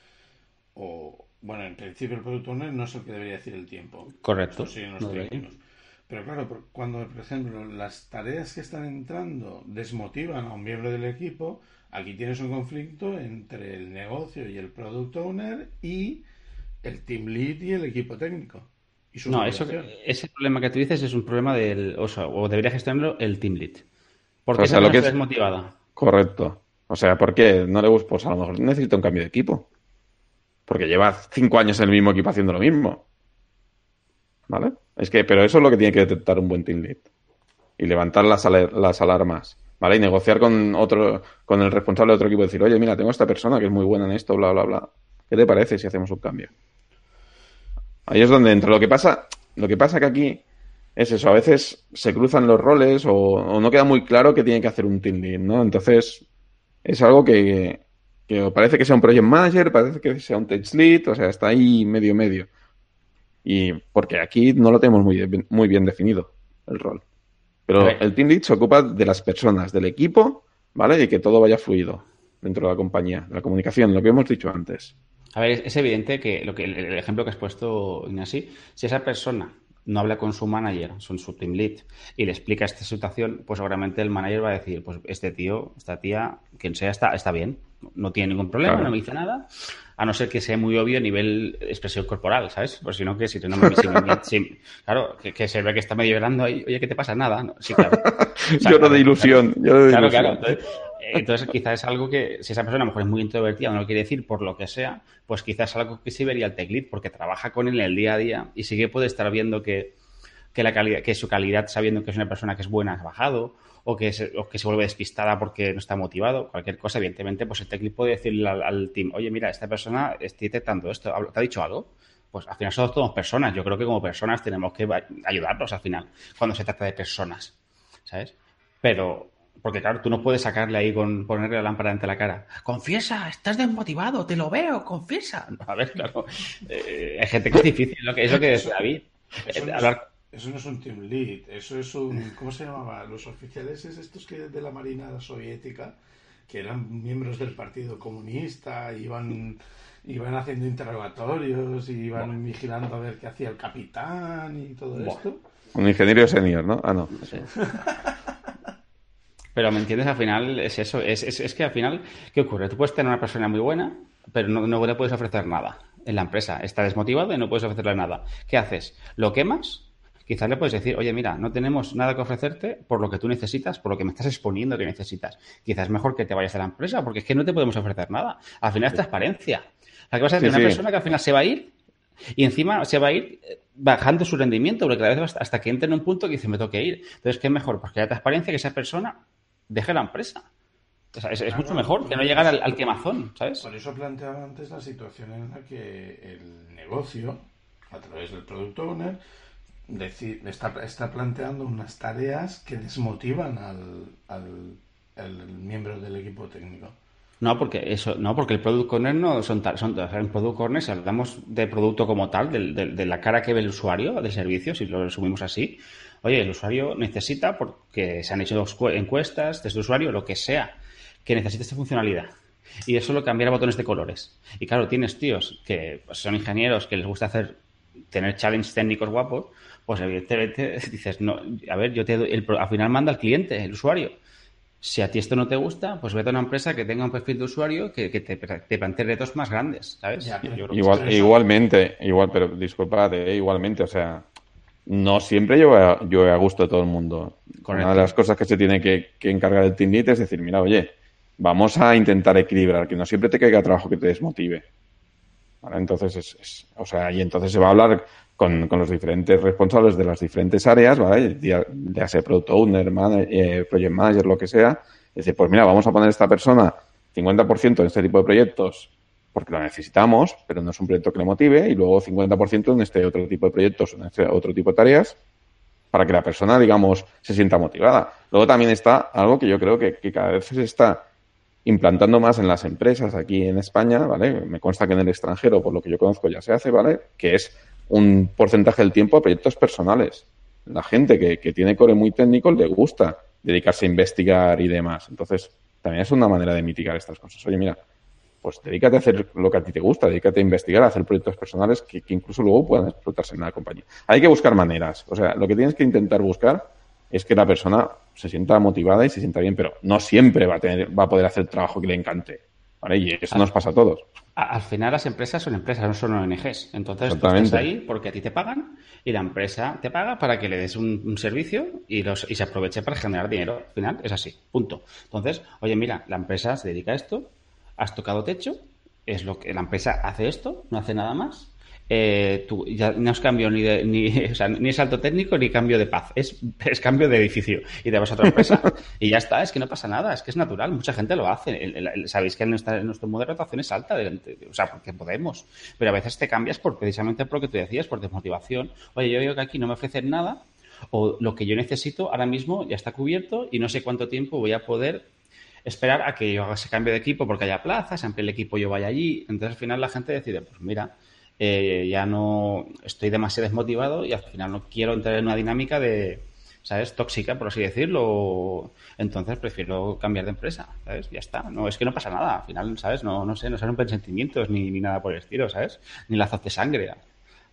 O, bueno, en principio el product owner no es el que debería decir el tiempo. Correcto. Sí, no pero claro, cuando, por ejemplo, las tareas que están entrando desmotivan a un miembro del equipo, aquí tienes un conflicto entre el negocio y el product owner y el team lead y el equipo técnico. No, ese problema que tú dices es un problema o debería gestionarlo el team lead. Porque esa persona está desmotivada. Correcto. O sea, ¿por qué no le gusta? Pues a lo mejor necesita un cambio de equipo. Porque lleva 5 años en el mismo equipo haciendo lo mismo. ¿Vale? Pero eso es lo que tiene que detectar un buen team lead. Y levantar las alarmas. ¿Vale? Y negociar con el responsable de otro equipo y decir, oye, mira, tengo esta persona que es muy buena en esto, bla, bla, bla. ¿Qué te parece si hacemos un cambio? Ahí es donde entra. Lo que pasa que aquí es eso. A veces se cruzan los roles o no queda muy claro qué tiene que hacer un team lead, ¿no? Entonces, es algo que parece que sea un project manager, parece que sea un tech lead, o sea, está ahí medio. Y porque aquí no lo tenemos muy bien definido, el rol. Pero el team lead se ocupa de las personas, del equipo, ¿vale? Y que todo vaya fluido dentro de la compañía, de la comunicación, lo que hemos dicho antes. A ver, es evidente que el ejemplo que has puesto, Ignasi, si esa persona no habla con su manager, son su team lead, y le explica esta situación, pues seguramente el manager va a decir, pues este tío, esta tía, quien sea, está bien, no tiene ningún problema, Claro. no me dice nada, a no ser que sea muy obvio a nivel expresión corporal, ¿sabes? Pues si no, que si no me... claro, que se ve que está medio llorando ahí, oye, ¿qué te pasa? Nada, ¿no? Sí, claro. O sea, Lloro de ilusión. Claro. Entonces, quizás es algo que, si esa persona a lo mejor es muy introvertida o no lo quiere decir por lo que sea, pues quizás es algo que sí vería el tech lead porque trabaja con él en el día a día y sí que puede estar viendo que la calidad, que su calidad, sabiendo que es una persona que es buena, ha bajado, o que se vuelve despistada porque no está motivado, cualquier cosa, evidentemente, pues el tech lead puede decirle al team, oye, mira, esta persona está detectando esto, ¿te ha dicho algo? Pues al final somos todos personas. Yo creo que como personas tenemos que ayudarlos al final, cuando se trata de personas, ¿sabes? Pero, porque claro, tú no puedes sacarle ahí con ponerle la lámpara ante la cara. Confiesa, estás desmotivado, te lo veo, confiesa. A ver, claro, hay gente que es difícil, es lo que decía David. Eso no es un team lead, eso es un... ¿Cómo se llamaba? Los oficiales estos que de la Marina Soviética, que eran miembros del Partido Comunista, iban haciendo interrogatorios, iban vigilando a ver qué hacía el capitán y todo esto. Un ingeniero senior, ¿no? Ah, no. Sí. Pero ¿me entiendes? Al final es eso. Es que al final, ¿qué ocurre? Tú puedes tener una persona muy buena, pero no le puedes ofrecer nada en la empresa. Está desmotivado y no puedes ofrecerle nada. ¿Qué haces? ¿Lo quemas? Quizás le puedes decir, oye, mira, no tenemos nada que ofrecerte por lo que tú necesitas, por lo que me estás exponiendo que necesitas. Quizás es mejor que te vayas de la empresa, porque es que no te podemos ofrecer nada. Al final es transparencia. O sea, que vas a tener una persona que al final se va a ir y encima se va a ir bajando su rendimiento, porque cada vez hasta que entre en un punto que dice, me tengo que ir. Entonces, ¿qué es mejor? Pues que haya transparencia, que esa persona deje la empresa. O sea, es mucho mejor que no llegar al quemazón, ¿sabes? Por eso planteaba antes la situación en la que el negocio, a través del product owner, está planteando unas tareas que desmotivan al miembro del equipo técnico. Porque el product owner no son en product owner, si hablamos de producto como tal, de la cara que ve el usuario del servicio, si lo resumimos así, oye, el usuario necesita, porque se han hecho encuestas desde el usuario, lo que sea, que necesite esta funcionalidad. Y eso lo cambiar a botones de colores. Y claro, tienes tíos que son ingenieros que les gusta tener challenges técnicos guapos, pues evidentemente dices, no, a ver, al final manda al cliente, el usuario. Si a ti esto no te gusta, pues vete a una empresa que tenga un perfil de usuario que te plantee retos más grandes, ¿sabes? Ya, Igualmente, pero disculpad, igualmente, o sea, no siempre yo a gusto de todo el mundo. Correcto. Una de las cosas que se tiene que encargar el team lead es decir, mira, oye, vamos a intentar equilibrar, que no siempre te caiga trabajo que te desmotive. ¿Vale? Entonces, y entonces se va a hablar con los diferentes responsables de las diferentes áreas, ¿vale? Ya sea Product Owner, Project Manager, lo que sea. Es decir, pues mira, vamos a poner a esta persona 50% en este tipo de proyectos porque lo necesitamos, pero no es un proyecto que le motive, y luego 50% en este otro tipo de proyectos, en este otro tipo de tareas, para que la persona, digamos, se sienta motivada. Luego también está algo que yo creo que cada vez se está implantando más en las empresas aquí en España, ¿vale? Me consta que en el extranjero, por lo que yo conozco, ya se hace, ¿vale? Que es un porcentaje del tiempo a proyectos personales. La gente que tiene core muy técnico le gusta dedicarse a investigar y demás. Entonces, también es una manera de mitigar estas cosas. Oye, mira, pues dedícate a hacer lo que a ti te gusta, dedícate a investigar, a hacer proyectos personales que incluso luego puedan explotarse en la compañía. Hay que buscar maneras. O sea, lo que tienes que intentar buscar es que la persona se sienta motivada y se sienta bien, pero no siempre va a poder hacer el trabajo que le encante, ¿vale? Y eso nos pasa a todos. Al final las empresas son empresas, no son ONGs. Entonces tú estás ahí porque a ti te pagan y la empresa te paga para que le des un servicio y se aproveche para generar dinero. Al final es así, punto. Entonces, oye, mira, la empresa se dedica a esto, has tocado techo, es lo que la empresa hace esto, no hace nada más. Tú ya no es cambio ni salto técnico ni cambio de paz, es cambio de edificio y te vas a otra empresa y ya está, es que no pasa nada, es que es natural, mucha gente lo hace. Sabéis que nuestro modo de rotación es alta, o sea, porque podemos, pero a veces te cambias precisamente por lo que tú decías, por desmotivación. Oye, yo veo que aquí no me ofrecen nada, o lo que yo necesito ahora mismo ya está cubierto y no sé cuánto tiempo voy a poder esperar a que yo haga ese cambio de equipo porque haya plazas, amplíe el equipo, yo vaya allí. Entonces al final la gente decide, pues mira, ya no estoy demasiado desmotivado y al final no quiero entrar en una dinámica de, ¿sabes?, tóxica, por así decirlo. Entonces prefiero cambiar de empresa, ¿sabes? Ya está. No, es que no pasa nada. Al final, ¿sabes? No se rompen sentimientos ni nada por el estilo, ¿sabes? Ni lazos de sangre.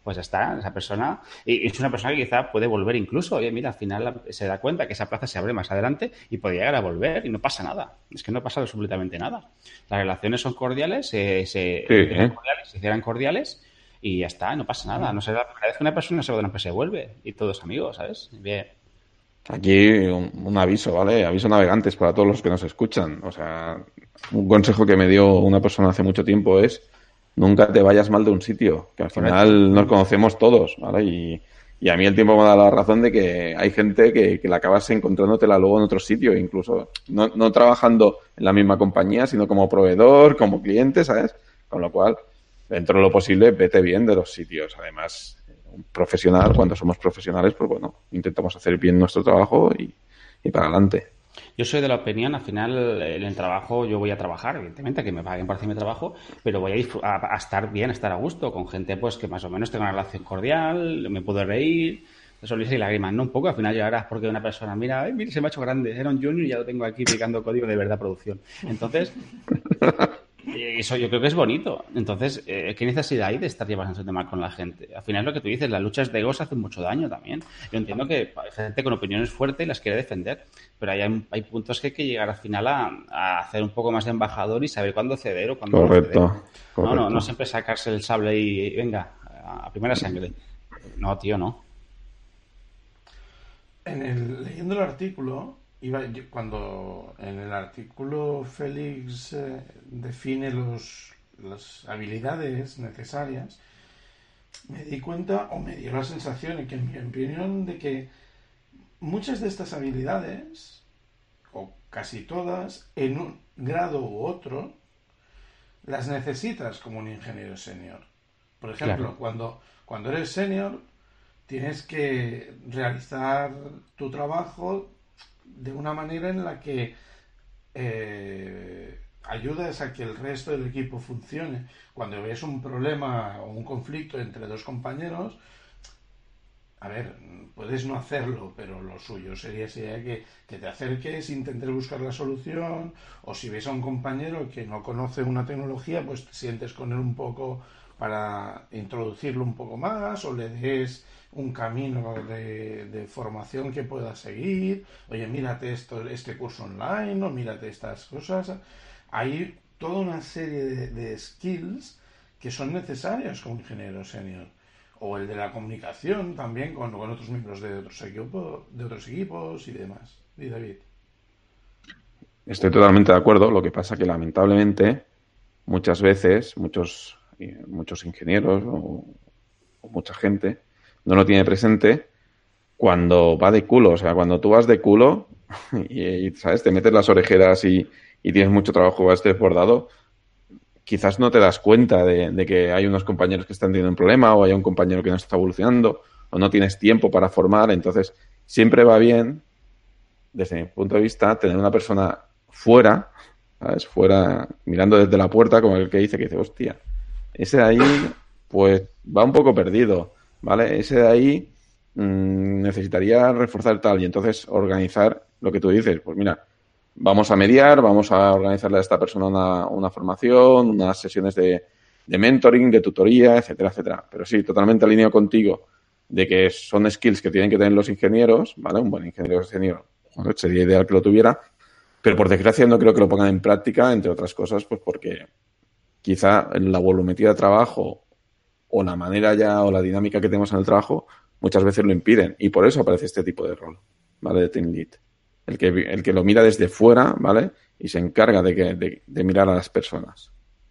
pues ya está, esa persona, y es una persona que quizá puede volver incluso, oye, mira, al final se da cuenta que esa plaza se abre más adelante y puede llegar a volver y no pasa nada. Es que no pasa absolutamente nada. Las relaciones son cordiales, se hicieran cordiales y ya está, no pasa nada. No se da, cada vez que una persona se va de una empresa se vuelve y todos amigos, ¿sabes? Bien. Aquí un aviso, ¿vale? Aviso navegantes para todos los que nos escuchan. O sea, un consejo que me dio una persona hace mucho tiempo es nunca te vayas mal de un sitio, que al final nos conocemos todos, ¿vale? Y a mí el tiempo me da la razón de que hay gente que la acabas encontrándotela luego en otro sitio, incluso no trabajando en la misma compañía, sino como proveedor, como cliente, ¿sabes? Con lo cual, dentro de lo posible, vete bien de los sitios. Además, un profesional, cuando somos profesionales, pues bueno, intentamos hacer bien nuestro trabajo y para adelante. Yo soy de la opinión, al final, en el trabajo yo voy a trabajar, evidentemente, que me paguen por hacer mi trabajo, pero voy a estar bien, a estar a gusto, con gente pues que más o menos tenga una relación cordial, me puedo reír, sonrisas y lágrimas, ¿no? Un poco, al final llegarás porque una persona, mira, se me ha hecho grande, era un junior y ya lo tengo aquí picando código de verdad producción. Entonces, eso yo creo que es bonito. Entonces, ¿qué necesidad hay de estar llevándose mal con la gente? Al final, lo que tú dices, las luchas de egos hacen mucho daño también. Yo entiendo que hay gente con opiniones fuertes y las quiere defender, pero hay puntos que hay que llegar al final a hacer un poco más de embajador y saber cuándo ceder o cuándo no ceder. Correcto. No siempre sacarse el sable y venga, a primera sangre. No, tío, no. Leyendo el artículo, cuando en el artículo Félix define las habilidades necesarias, me di cuenta, o me dio la sensación, en que en mi opinión, de que muchas de estas habilidades, o casi todas, en un grado u otro, las necesitas como un ingeniero senior. Por ejemplo, Claro. cuando eres senior, tienes que realizar tu trabajo de una manera en la que ayudas a que el resto del equipo funcione. Cuando ves un problema o un conflicto entre dos compañeros, a ver, puedes no hacerlo, pero lo suyo sería que te acerques, intentes buscar la solución, o si ves a un compañero que no conoce una tecnología, pues te sientes con él un poco para introducirlo un poco más, o le des un camino de formación que pueda seguir. Oye, mírate este curso online, o mírate estas cosas. Hay toda una serie de skills que son necesarias como ingeniero senior. O el de la comunicación también con otros miembros de otros equipos y demás. ¿Y David? Estoy totalmente de acuerdo. Lo que pasa que lamentablemente muchas veces muchos ingenieros o mucha gente no lo tiene presente cuando va de culo. O sea, cuando tú vas de culo y ¿sabes? Te metes las orejeras y tienes mucho trabajo, vas desbordado, quizás no te das cuenta de que hay unos compañeros que están teniendo un problema o hay un compañero que no está evolucionando o no tienes tiempo para formar. Entonces, siempre va bien, desde mi punto de vista, tener una persona fuera, ¿sabes? Fuera, mirando desde la puerta, como el que dice, hostia, ese de ahí, pues va un poco perdido, ¿vale? Ese de ahí necesitaría reforzar tal y entonces organizar lo que tú dices. Pues mira, vamos a mediar, vamos a organizarle a esta persona una formación, unas sesiones de mentoring, de tutoría, etcétera, etcétera. Pero sí, totalmente alineado contigo de que son skills que tienen que tener los ingenieros, ¿vale? Un buen ingeniero senior, ¿vale? Sería ideal que lo tuviera, pero por desgracia no creo que lo pongan en práctica, entre otras cosas, pues porque quizá la volumetría de trabajo o la manera ya o la dinámica que tenemos en el trabajo muchas veces lo impiden y por eso aparece este tipo de rol, ¿vale? De team lead. El que lo mira desde fuera, ¿vale? Y se encarga de mirar a las personas.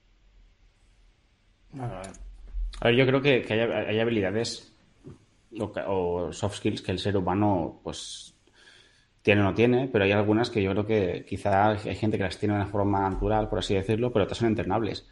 A ver, yo creo que hay habilidades o soft skills que el ser humano, pues, tiene o no tiene, pero hay algunas que yo creo que quizá hay gente que las tiene de una forma natural, por así decirlo, pero otras son entrenables.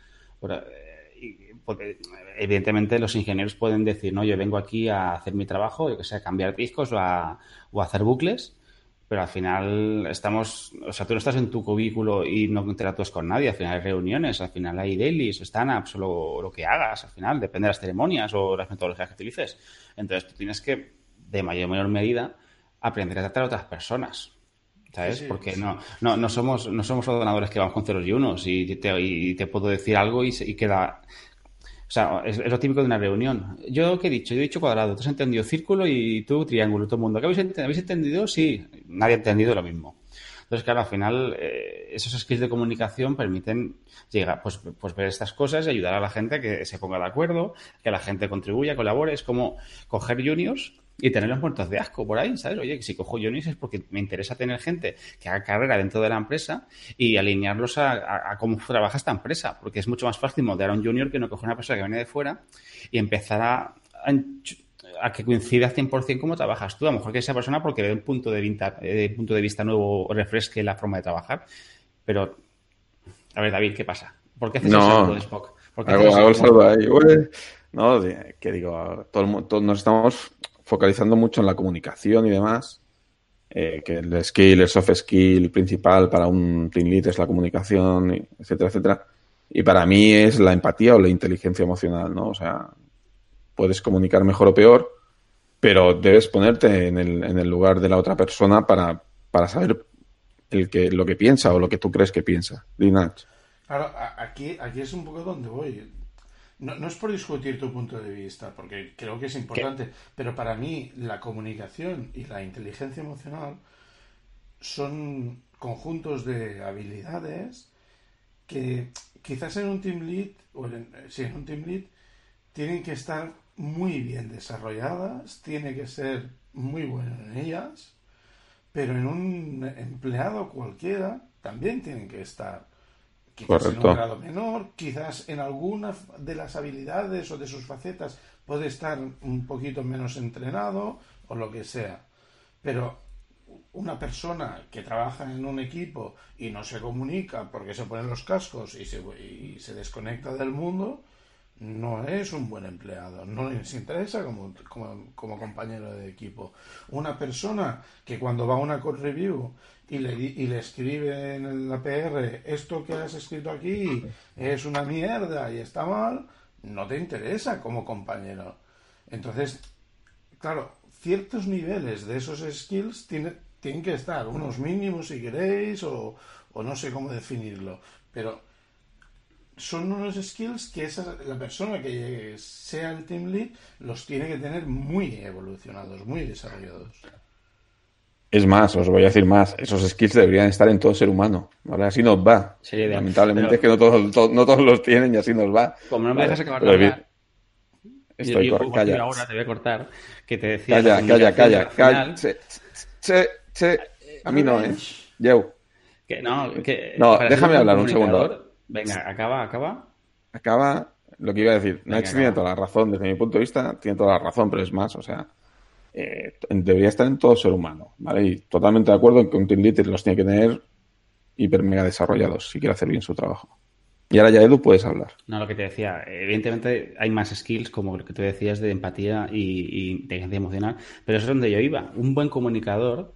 Evidentemente los ingenieros pueden decir, no, yo vengo aquí a hacer mi trabajo, yo que sé, a cambiar discos o a hacer bucles, pero al final tú no estás en tu cubículo y no interactúas con nadie, al final hay reuniones, al final hay dailies, stand-ups o lo que hagas, al final depende de las ceremonias o las metodologías que utilices. Entonces tú tienes que, de mayor o menor medida, aprender a tratar a otras personas, ¿sabes? Sí, porque sí. No somos ordenadores que vamos con ceros y unos y te puedo decir algo y queda... O sea, es lo típico de una reunión. ¿Yo qué he dicho? Yo he dicho cuadrado, tú has entendido círculo y tú triángulo, todo el mundo. ¿Qué habéis entendido? Sí, nadie ha entendido lo mismo. Entonces, claro, al final, esos skills de comunicación permiten llegar, pues ver estas cosas y ayudar a la gente a que se ponga de acuerdo, que la gente contribuya, colabore. Es como coger juniors y tenerlos muertos de asco por ahí, ¿sabes? Oye, que si cojo juniors es porque me interesa tener gente que haga carrera dentro de la empresa y alinearlos a cómo trabaja esta empresa, porque es mucho más fácil moldear a un junior que no coger una persona que viene de fuera y empezar a que coincida 100% cómo trabajas tú. A lo mejor que esa persona porque de un punto de vista nuevo refresque la forma de trabajar. Pero, a ver, David, ¿qué pasa? ¿Por qué haces el saludo de Spock? Hago el saludo ahí. No, que digo, todos nos estamos focalizando mucho en la comunicación y demás. Que el soft skill principal para un team lead es la comunicación, etcétera, etcétera. Y para mí es la empatía o la inteligencia emocional, ¿no? O sea, puedes comunicar mejor o peor, pero debes ponerte en el lugar de la otra persona para saber lo que piensa o lo que tú crees que piensa. Dinach. Claro, aquí es un poco donde voy. No es por discutir tu punto de vista, porque creo que es importante, pero para mí la comunicación y la inteligencia emocional son conjuntos de habilidades que quizás en un team lead, en un team lead, tienen que estar muy bien desarrolladas, tiene que ser muy bueno en ellas, pero en un empleado cualquiera también tienen que estar. Quizás en un grado menor, quizás en alguna de las habilidades o de sus facetas puede estar un poquito menos entrenado o lo que sea. Pero una persona que trabaja en un equipo y no se comunica porque se ponen los cascos y se desconecta del mundo, no es un buen empleado, no les interesa como compañero de equipo. Una persona que cuando va a una code review y le escribe en la PR esto que has escrito aquí es una mierda y está mal, no te interesa como compañero. Entonces, claro, ciertos niveles de esos skills tienen que estar, unos mínimos si queréis, o no sé cómo definirlo, pero son unos skills que la persona que sea el team lead los tiene que tener muy evolucionados, muy desarrollados. Es más, os voy a decir más, esos skills deberían estar en todo ser humano, ¿vale? Así nos va. Lamentablemente es que no todos los tienen y así nos va. Como no me dejas acabar de hablar, ahora te voy a cortar, que te decía... Calla. A mí no, ¿eh? Yo. No, déjame hablar un segundo. Venga, acaba. Acaba lo que iba a decir. Nach tiene toda la razón, desde mi punto de vista, tiene toda la razón, pero es más, o sea, debería estar en todo ser humano, ¿vale? Y totalmente de acuerdo en que un team lead los tiene que tener hiper mega desarrollados si quiere hacer bien su trabajo. Y ahora ya, Edu, puedes hablar. No, lo que te decía, evidentemente hay más skills, como lo que tú decías, de empatía y inteligencia emocional, pero eso es donde yo iba. Un buen comunicador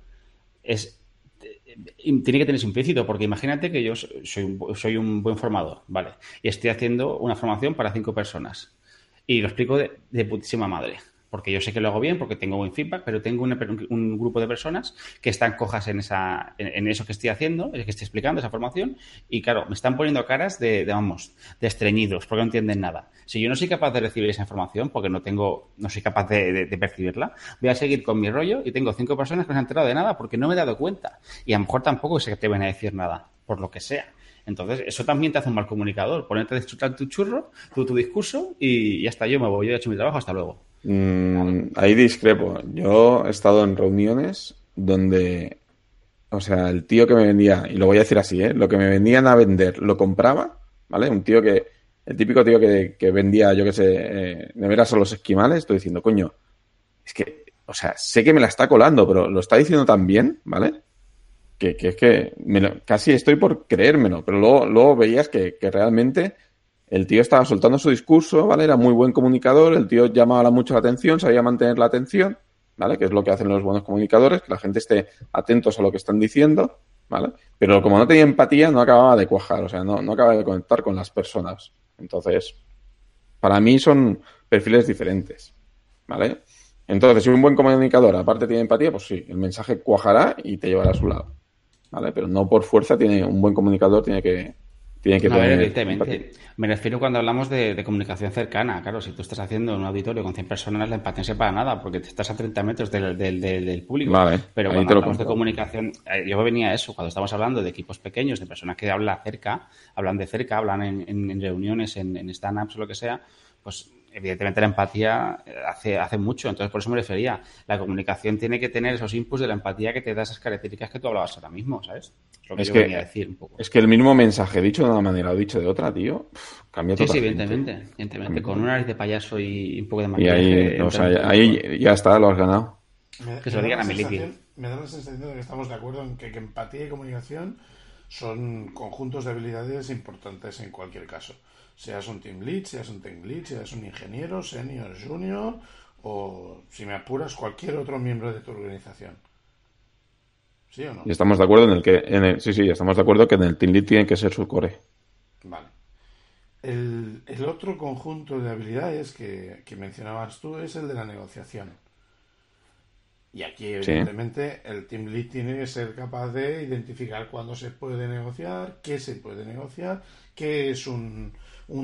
tiene que tenerse implícito, porque imagínate que yo soy un buen formador, ¿vale? Y estoy haciendo una formación para 5 personas. Y lo explico de putísima madre. Porque yo sé que lo hago bien, porque tengo buen feedback, pero tengo un grupo de personas que están cojas en eso que estoy haciendo, que estoy explicando, esa formación, y claro, me están poniendo caras de estreñidos, porque no entienden nada. Si yo no soy capaz de recibir esa información, porque no soy capaz de percibirla, voy a seguir con mi rollo y tengo 5 personas que no se han enterado de nada porque no me he dado cuenta. Y a lo mejor tampoco se te van a decir nada, por lo que sea. Entonces, eso también te hace un mal comunicador. Ponerte a disfrutar tu churro, tu discurso, y ya está, yo me voy, yo he hecho mi trabajo, hasta luego. Ahí discrepo. Yo he estado en reuniones donde, o sea, el tío que me vendía, y lo voy a decir así, lo que me vendían a vender lo compraba, ¿vale? El típico tío que vendía, yo qué sé, neveras a los esquimales, estoy diciendo, coño, es que, o sea, sé que me la está colando, pero lo está diciendo tan bien, ¿vale? Que es que casi estoy por creérmelo, pero luego veías que realmente el tío estaba soltando su discurso, ¿vale? Era muy buen comunicador, el tío llamaba mucho la atención, sabía mantener la atención, ¿vale? Que es lo que hacen los buenos comunicadores, que la gente esté atentos a lo que están diciendo, ¿vale? Pero como no tenía empatía, no acababa de cuajar, o sea, no acababa de conectar con las personas. Entonces, para mí son perfiles diferentes, ¿vale? Entonces, si un buen comunicador aparte tiene empatía, pues sí, el mensaje cuajará y te llevará a su lado, ¿vale? Pero no por fuerza un buen comunicador tiene que tiene que A ver, tener evidentemente. empatía. Me refiero cuando hablamos de comunicación cercana. Claro, si tú estás haciendo un auditorio con 100 personas, la empatía no sirve para nada, porque te estás a 30 metros del público. Vale, Pero ahí cuando te lo hablamos de compro. comunicación, yo venía a eso, cuando estamos hablando de equipos pequeños, de personas que hablan de cerca, hablan en reuniones, en stand-ups o lo que sea, pues evidentemente la empatía hace mucho. Entonces, por eso me refería. La comunicación tiene que tener esos inputs de la empatía que te da esas características que tú hablabas ahora mismo, ¿sabes? Es lo que Es yo venía a que, decir un poco. es que el mismo mensaje dicho de una manera o dicho de otra, tío, cambia Sí, totalmente. evidentemente. Cambia Con una totalmente. nariz de payaso y un poco de Y ahí, maquillaje o entra sea, en el público. ahí ya está, lo has ganado. Que se lo digan a Miliki. Me da la sensación de que estamos de acuerdo en que empatía y comunicación son conjuntos de habilidades importantes en cualquier caso. Seas un team lead, seas un tech lead, seas un ingeniero, senior, junior o, si me apuras, cualquier otro miembro de tu organización. ¿Sí o no? Y estamos de acuerdo sí, estamos de acuerdo que en el Team Lead tiene que ser su core. Vale. El otro conjunto de habilidades que mencionabas tú es el de la negociación. Y aquí, Sí. evidentemente, el Team Lead tiene que ser capaz de identificar cuándo se puede negociar, qué se puede negociar, qué es un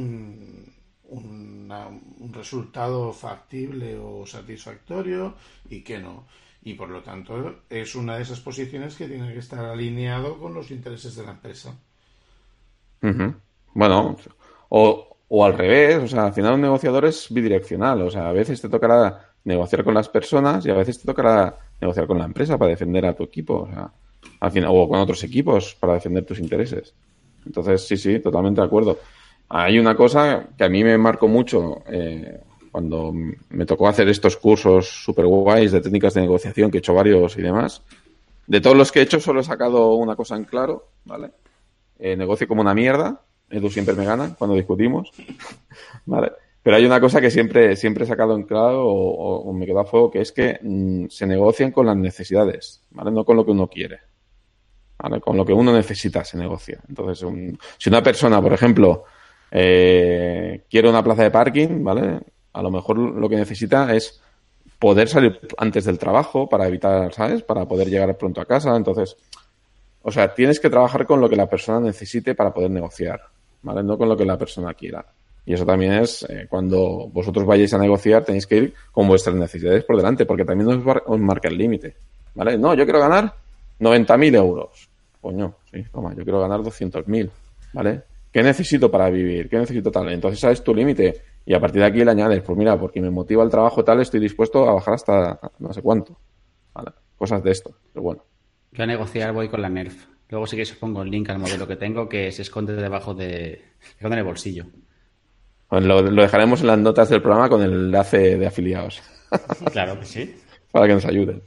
resultado factible o satisfactorio y qué no. Y por lo tanto, es una de esas posiciones que tiene que estar alineado con los intereses de la empresa. Ujú. Bueno, o al revés, o sea, al final un negociador es bidireccional, o sea, a veces te tocará negociar con las personas y a veces te tocará negociar con la empresa para defender a tu equipo, o sea, al final, o con otros equipos para defender tus intereses. Entonces, sí, totalmente de acuerdo. Hay una cosa que a mí me marcó mucho cuando me tocó hacer estos cursos super guays de técnicas de negociación, que he hecho varios y demás. De todos los que he hecho, solo he sacado una cosa en claro, ¿vale? Negocio como una mierda. Edu siempre me gana cuando discutimos. ¿Vale? Pero hay una cosa que siempre he sacado en claro o me quedó a fuego, que es que se negocian con las necesidades, ¿vale? No con lo que uno quiere. ¿Vale? Con lo que uno necesita se negocia. Entonces, si una persona, por ejemplo, quiere una plaza de parking, ¿vale? A lo mejor lo que necesita es poder salir antes del trabajo para evitar, ¿sabes? Para poder llegar pronto a casa. Entonces, o sea, tienes que trabajar con lo que la persona necesite para poder negociar, ¿vale? No con lo que la persona quiera. Y eso también es, cuando vosotros vayáis a negociar, tenéis que ir con vuestras necesidades por delante, porque también os marca el límite, ¿vale? No, yo quiero ganar 90.000 euros. Coño, sí, toma, yo quiero ganar 200.000, ¿vale? ¿Qué necesito para vivir? ¿Qué necesito tal? Entonces sabes tu límite y a partir de aquí le añades, pues mira, porque me motiva el trabajo tal, estoy dispuesto a bajar hasta no sé cuánto, ¿vale? Cosas de esto, pero bueno. Yo a negociar voy con la Nerf. Luego sí que os pongo el link al modelo que tengo que se esconde debajo se esconde en el bolsillo. Pues lo dejaremos en las notas del programa con el enlace de afiliados Claro que sí. para que nos ayuden.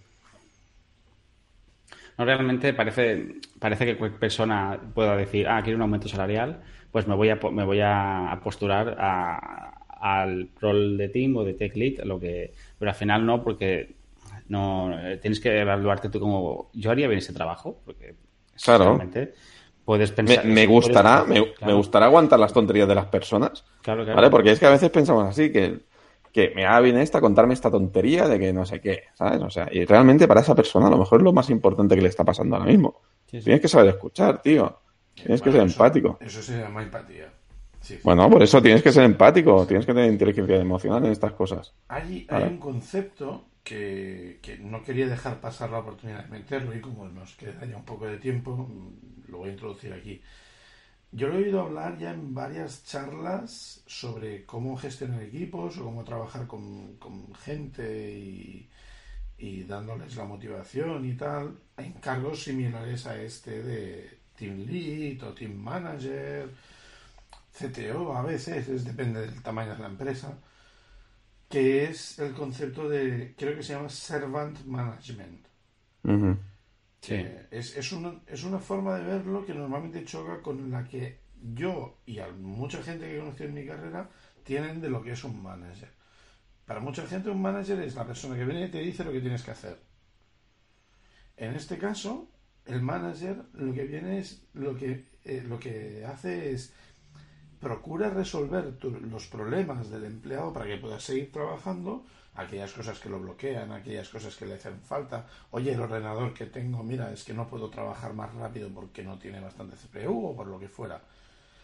No, realmente parece que cualquier persona pueda decir, quiero un aumento salarial, pues me voy a postular al rol de team o de tech lead, pero al final no, porque no tienes que evaluarte tú como yo haría bien ese trabajo, porque Claro. realmente puedes pensar. Me gustará aguantar las tonterías de las personas, Claro. ¿vale? Porque es que a veces pensamos así, que me haga bien contarme esta tontería de que no sé qué, ¿sabes? O sea, y realmente para esa persona a lo mejor es lo más importante que le está pasando ahora mismo. Sí. Tienes que saber escuchar, tío. Tienes que ser empático. Eso se llama empatía. Sí. Bueno, por eso tienes que ser empático, tienes que tener inteligencia emocional en estas cosas. Hay un concepto que no quería dejar pasar la oportunidad de meterlo y como nos queda ya un poco de tiempo, lo voy a introducir aquí. Yo lo he oído hablar ya en varias charlas sobre cómo gestionar equipos o cómo trabajar con gente y dándoles la motivación y tal, en cargos similares a este de Team Lead o Team Manager, CTO, a veces, depende del tamaño de la empresa, que es el concepto de, creo que se llama Servant Management. Uh-huh. Sí. Es una forma de verlo que normalmente choca con la que yo y a mucha gente que he conocido en mi carrera tienen de lo que es un manager. Para mucha gente un manager es la persona que viene y te dice lo que tienes que hacer. En este caso, el manager lo que viene es lo que hace es procura resolver los problemas del empleado para que pueda seguir trabajando, aquellas cosas que lo bloquean, aquellas cosas que le hacen falta. Oye, el ordenador que tengo, mira, es que no puedo trabajar más rápido porque no tiene bastante CPU o por lo que fuera.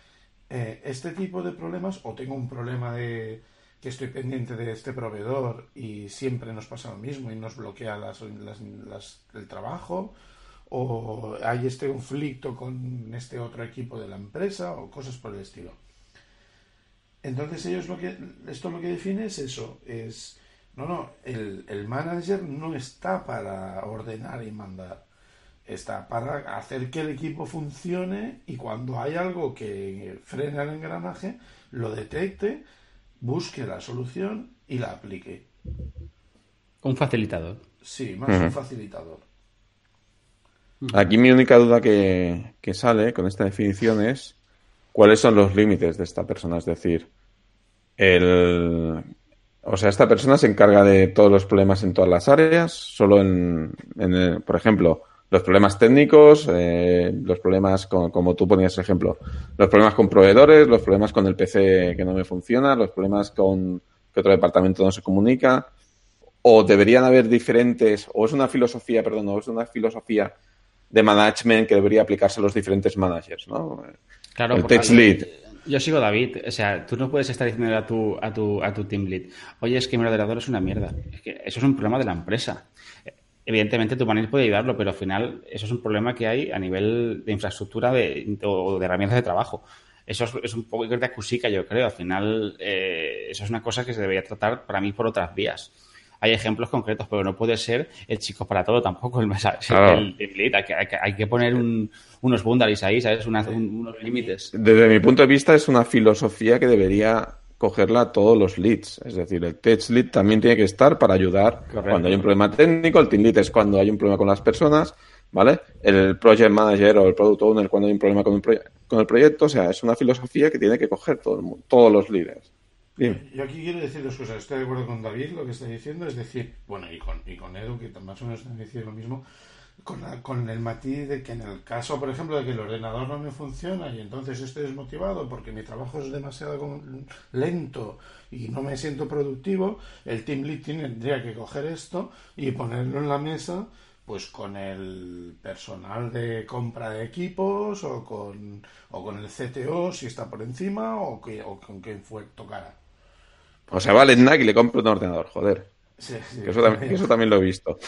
este tipo de problemas, o tengo un problema de que estoy pendiente de este proveedor y siempre nos pasa lo mismo y nos bloquea el trabajo, o hay este conflicto con este otro equipo de la empresa o cosas por el estilo. Entonces esto lo que define es eso, el manager no está para ordenar y mandar, está para hacer que el equipo funcione y cuando hay algo que frena el engranaje, lo detecte, busque la solución y la aplique. Un facilitador. Sí, más un facilitador. Aquí mi única duda que sale con esta definición es cuáles son los límites de esta persona. Es decir, esta persona se encarga de todos los problemas en todas las áreas, solo por ejemplo, los problemas técnicos, los problemas como tú ponías el ejemplo, los problemas con proveedores, los problemas con el PC que no me funciona, los problemas con que otro departamento no se comunica, o deberían haber diferentes, o es una filosofía de management que debería aplicarse a los diferentes managers, ¿no? Claro, el tech lead. Yo sigo David, o sea, tú no puedes estar diciendo a tu team lead, oye, es que mi ordenador es una mierda. Es que eso es un problema de la empresa. Evidentemente tu manager puede ayudarlo, pero al final eso es un problema que hay a nivel de infraestructura o de herramientas de trabajo. Eso es un poco de acusica, yo creo. Al final eso es una cosa que se debería tratar para mí por otras vías. Hay ejemplos concretos, pero no puede ser el chico para todo tampoco el team lead. Hay que poner unos boundaries ahí, ¿sabes? Unos límites. Desde mi punto de vista es una filosofía que debería cogerla a todos los leads. Es decir, el tech lead también tiene que estar para ayudar. Correcto. Cuando hay un problema técnico, el team lead es cuando hay un problema con las personas, ¿vale? El project manager o el product owner cuando hay un problema con el proyecto. O sea, es una filosofía que tiene que coger todos los líderes. Bien. Yo aquí quiero decir dos cosas. Estoy de acuerdo con David, lo que está diciendo, es decir, bueno, y con Edu, que más o menos están diciendo lo mismo, con el matiz de que en el caso, por ejemplo, de que el ordenador no me funciona y entonces estoy desmotivado porque mi trabajo es demasiado lento y no me siento productivo, el team lead tendría que coger esto y ponerlo en la mesa, pues con el personal de compra de equipos o con el CTO si está por encima o con quien tocara. O sea, va al Snack y le compra un ordenador, joder. Sí, que eso también lo he visto.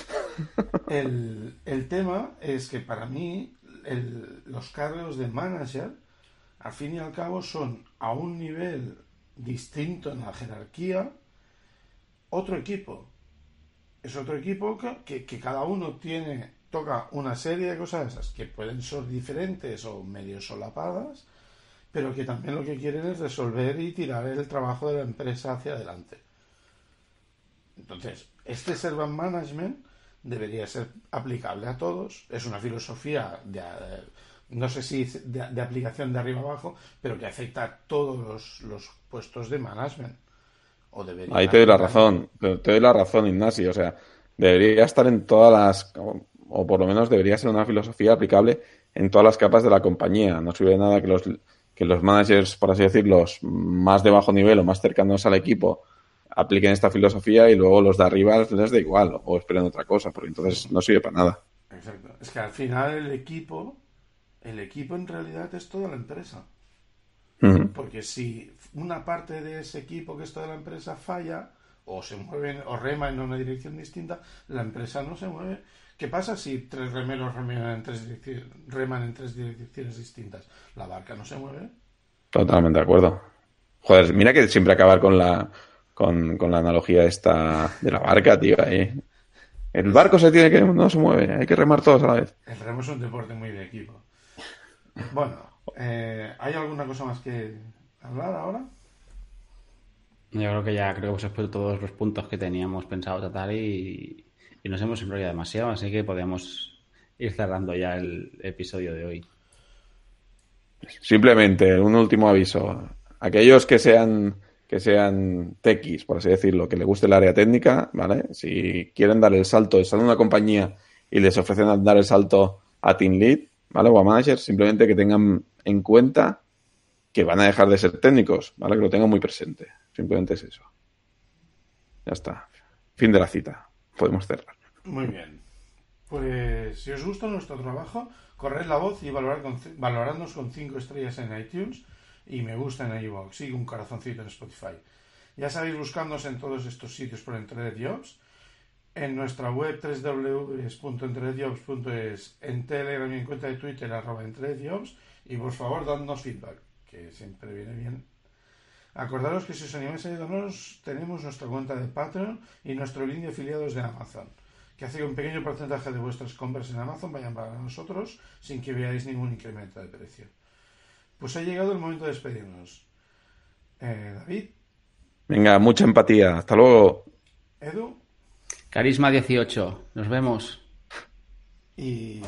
El tema es que para mí los cargos de manager, al fin y al cabo, son a un nivel distinto en la jerarquía otro equipo. Es otro equipo que cada uno toca una serie de cosas esas que pueden ser diferentes o medio solapadas, pero que también lo que quieren es resolver y tirar el trabajo de la empresa hacia adelante. Entonces, este servant management debería ser aplicable a todos. Es una filosofía no sé si de aplicación de arriba abajo, pero que afecta a todos los puestos de management. Ahí te doy la razón, Ignacio. O sea, debería estar en todas las, o por lo menos debería ser una filosofía aplicable en todas las capas de la compañía. No sirve de nada que los managers, por así decirlo, más de bajo nivel o más cercanos al equipo apliquen esta filosofía y luego los de arriba les da igual o esperen otra cosa, porque entonces no sirve para nada. Exacto. Es que al final el equipo en realidad es toda la empresa. Uh-huh. Porque si una parte de ese equipo que es toda la empresa falla o se mueven o rema en una dirección distinta, la empresa no se mueve. ¿Qué pasa si 3 remeros reman en 3 direcciones distintas? ¿La barca no se mueve? Totalmente de acuerdo. Joder, mira que siempre acabar con la analogía esta de la barca, tío. El barco no se mueve, hay que remar todos a la vez. El remo es un deporte muy de equipo. Bueno, ¿hay alguna cosa más que hablar ahora? Yo creo que hemos expuesto todos los puntos que teníamos pensado tratar y nos hemos enrollado demasiado, así que podemos ir cerrando ya el episodio de hoy. Simplemente, un último aviso. Aquellos que sean techies, por así decirlo, que les guste el área técnica, ¿vale? Si quieren dar el salto, están en una compañía y les ofrecen dar el salto a Team Lead, ¿vale? O a Manager, simplemente que tengan en cuenta que van a dejar de ser técnicos, ¿vale? Que lo tengan muy presente. Simplemente es eso. Ya está. Fin de la cita. Podemos cerrar. Muy bien. Pues si os gusta nuestro trabajo, corred la voz y valoradnos con 5 estrellas en iTunes y me gusta en iVoox y un corazoncito en Spotify. Ya sabéis, buscándonos en todos estos sitios por EntredeJobs, en nuestra web www.entredejobs.es, en Telegram y en cuenta de Twitter @entredejobs, y por favor dadnos feedback, que siempre viene bien. Acordaros que si os animáis a ayudarnos, tenemos nuestra cuenta de Patreon y nuestro link de afiliados de Amazon, que hace que un pequeño porcentaje de vuestras compras en Amazon vayan para nosotros sin que veáis ningún incremento de precio. Pues ha llegado el momento de despedirnos. David. Venga, mucha empatía. Hasta luego. Edu. Carisma 18. Nos vemos. Y...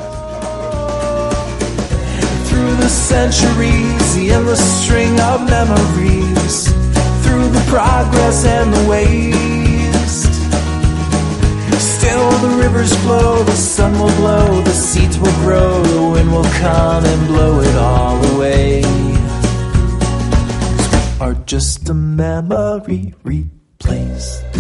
Through the centuries, the endless string of memories, through the progress and the waste, still the rivers flow, the sun will blow, the seeds will grow, the wind will come and blow it all away. 'Cause we are just a memory replaced.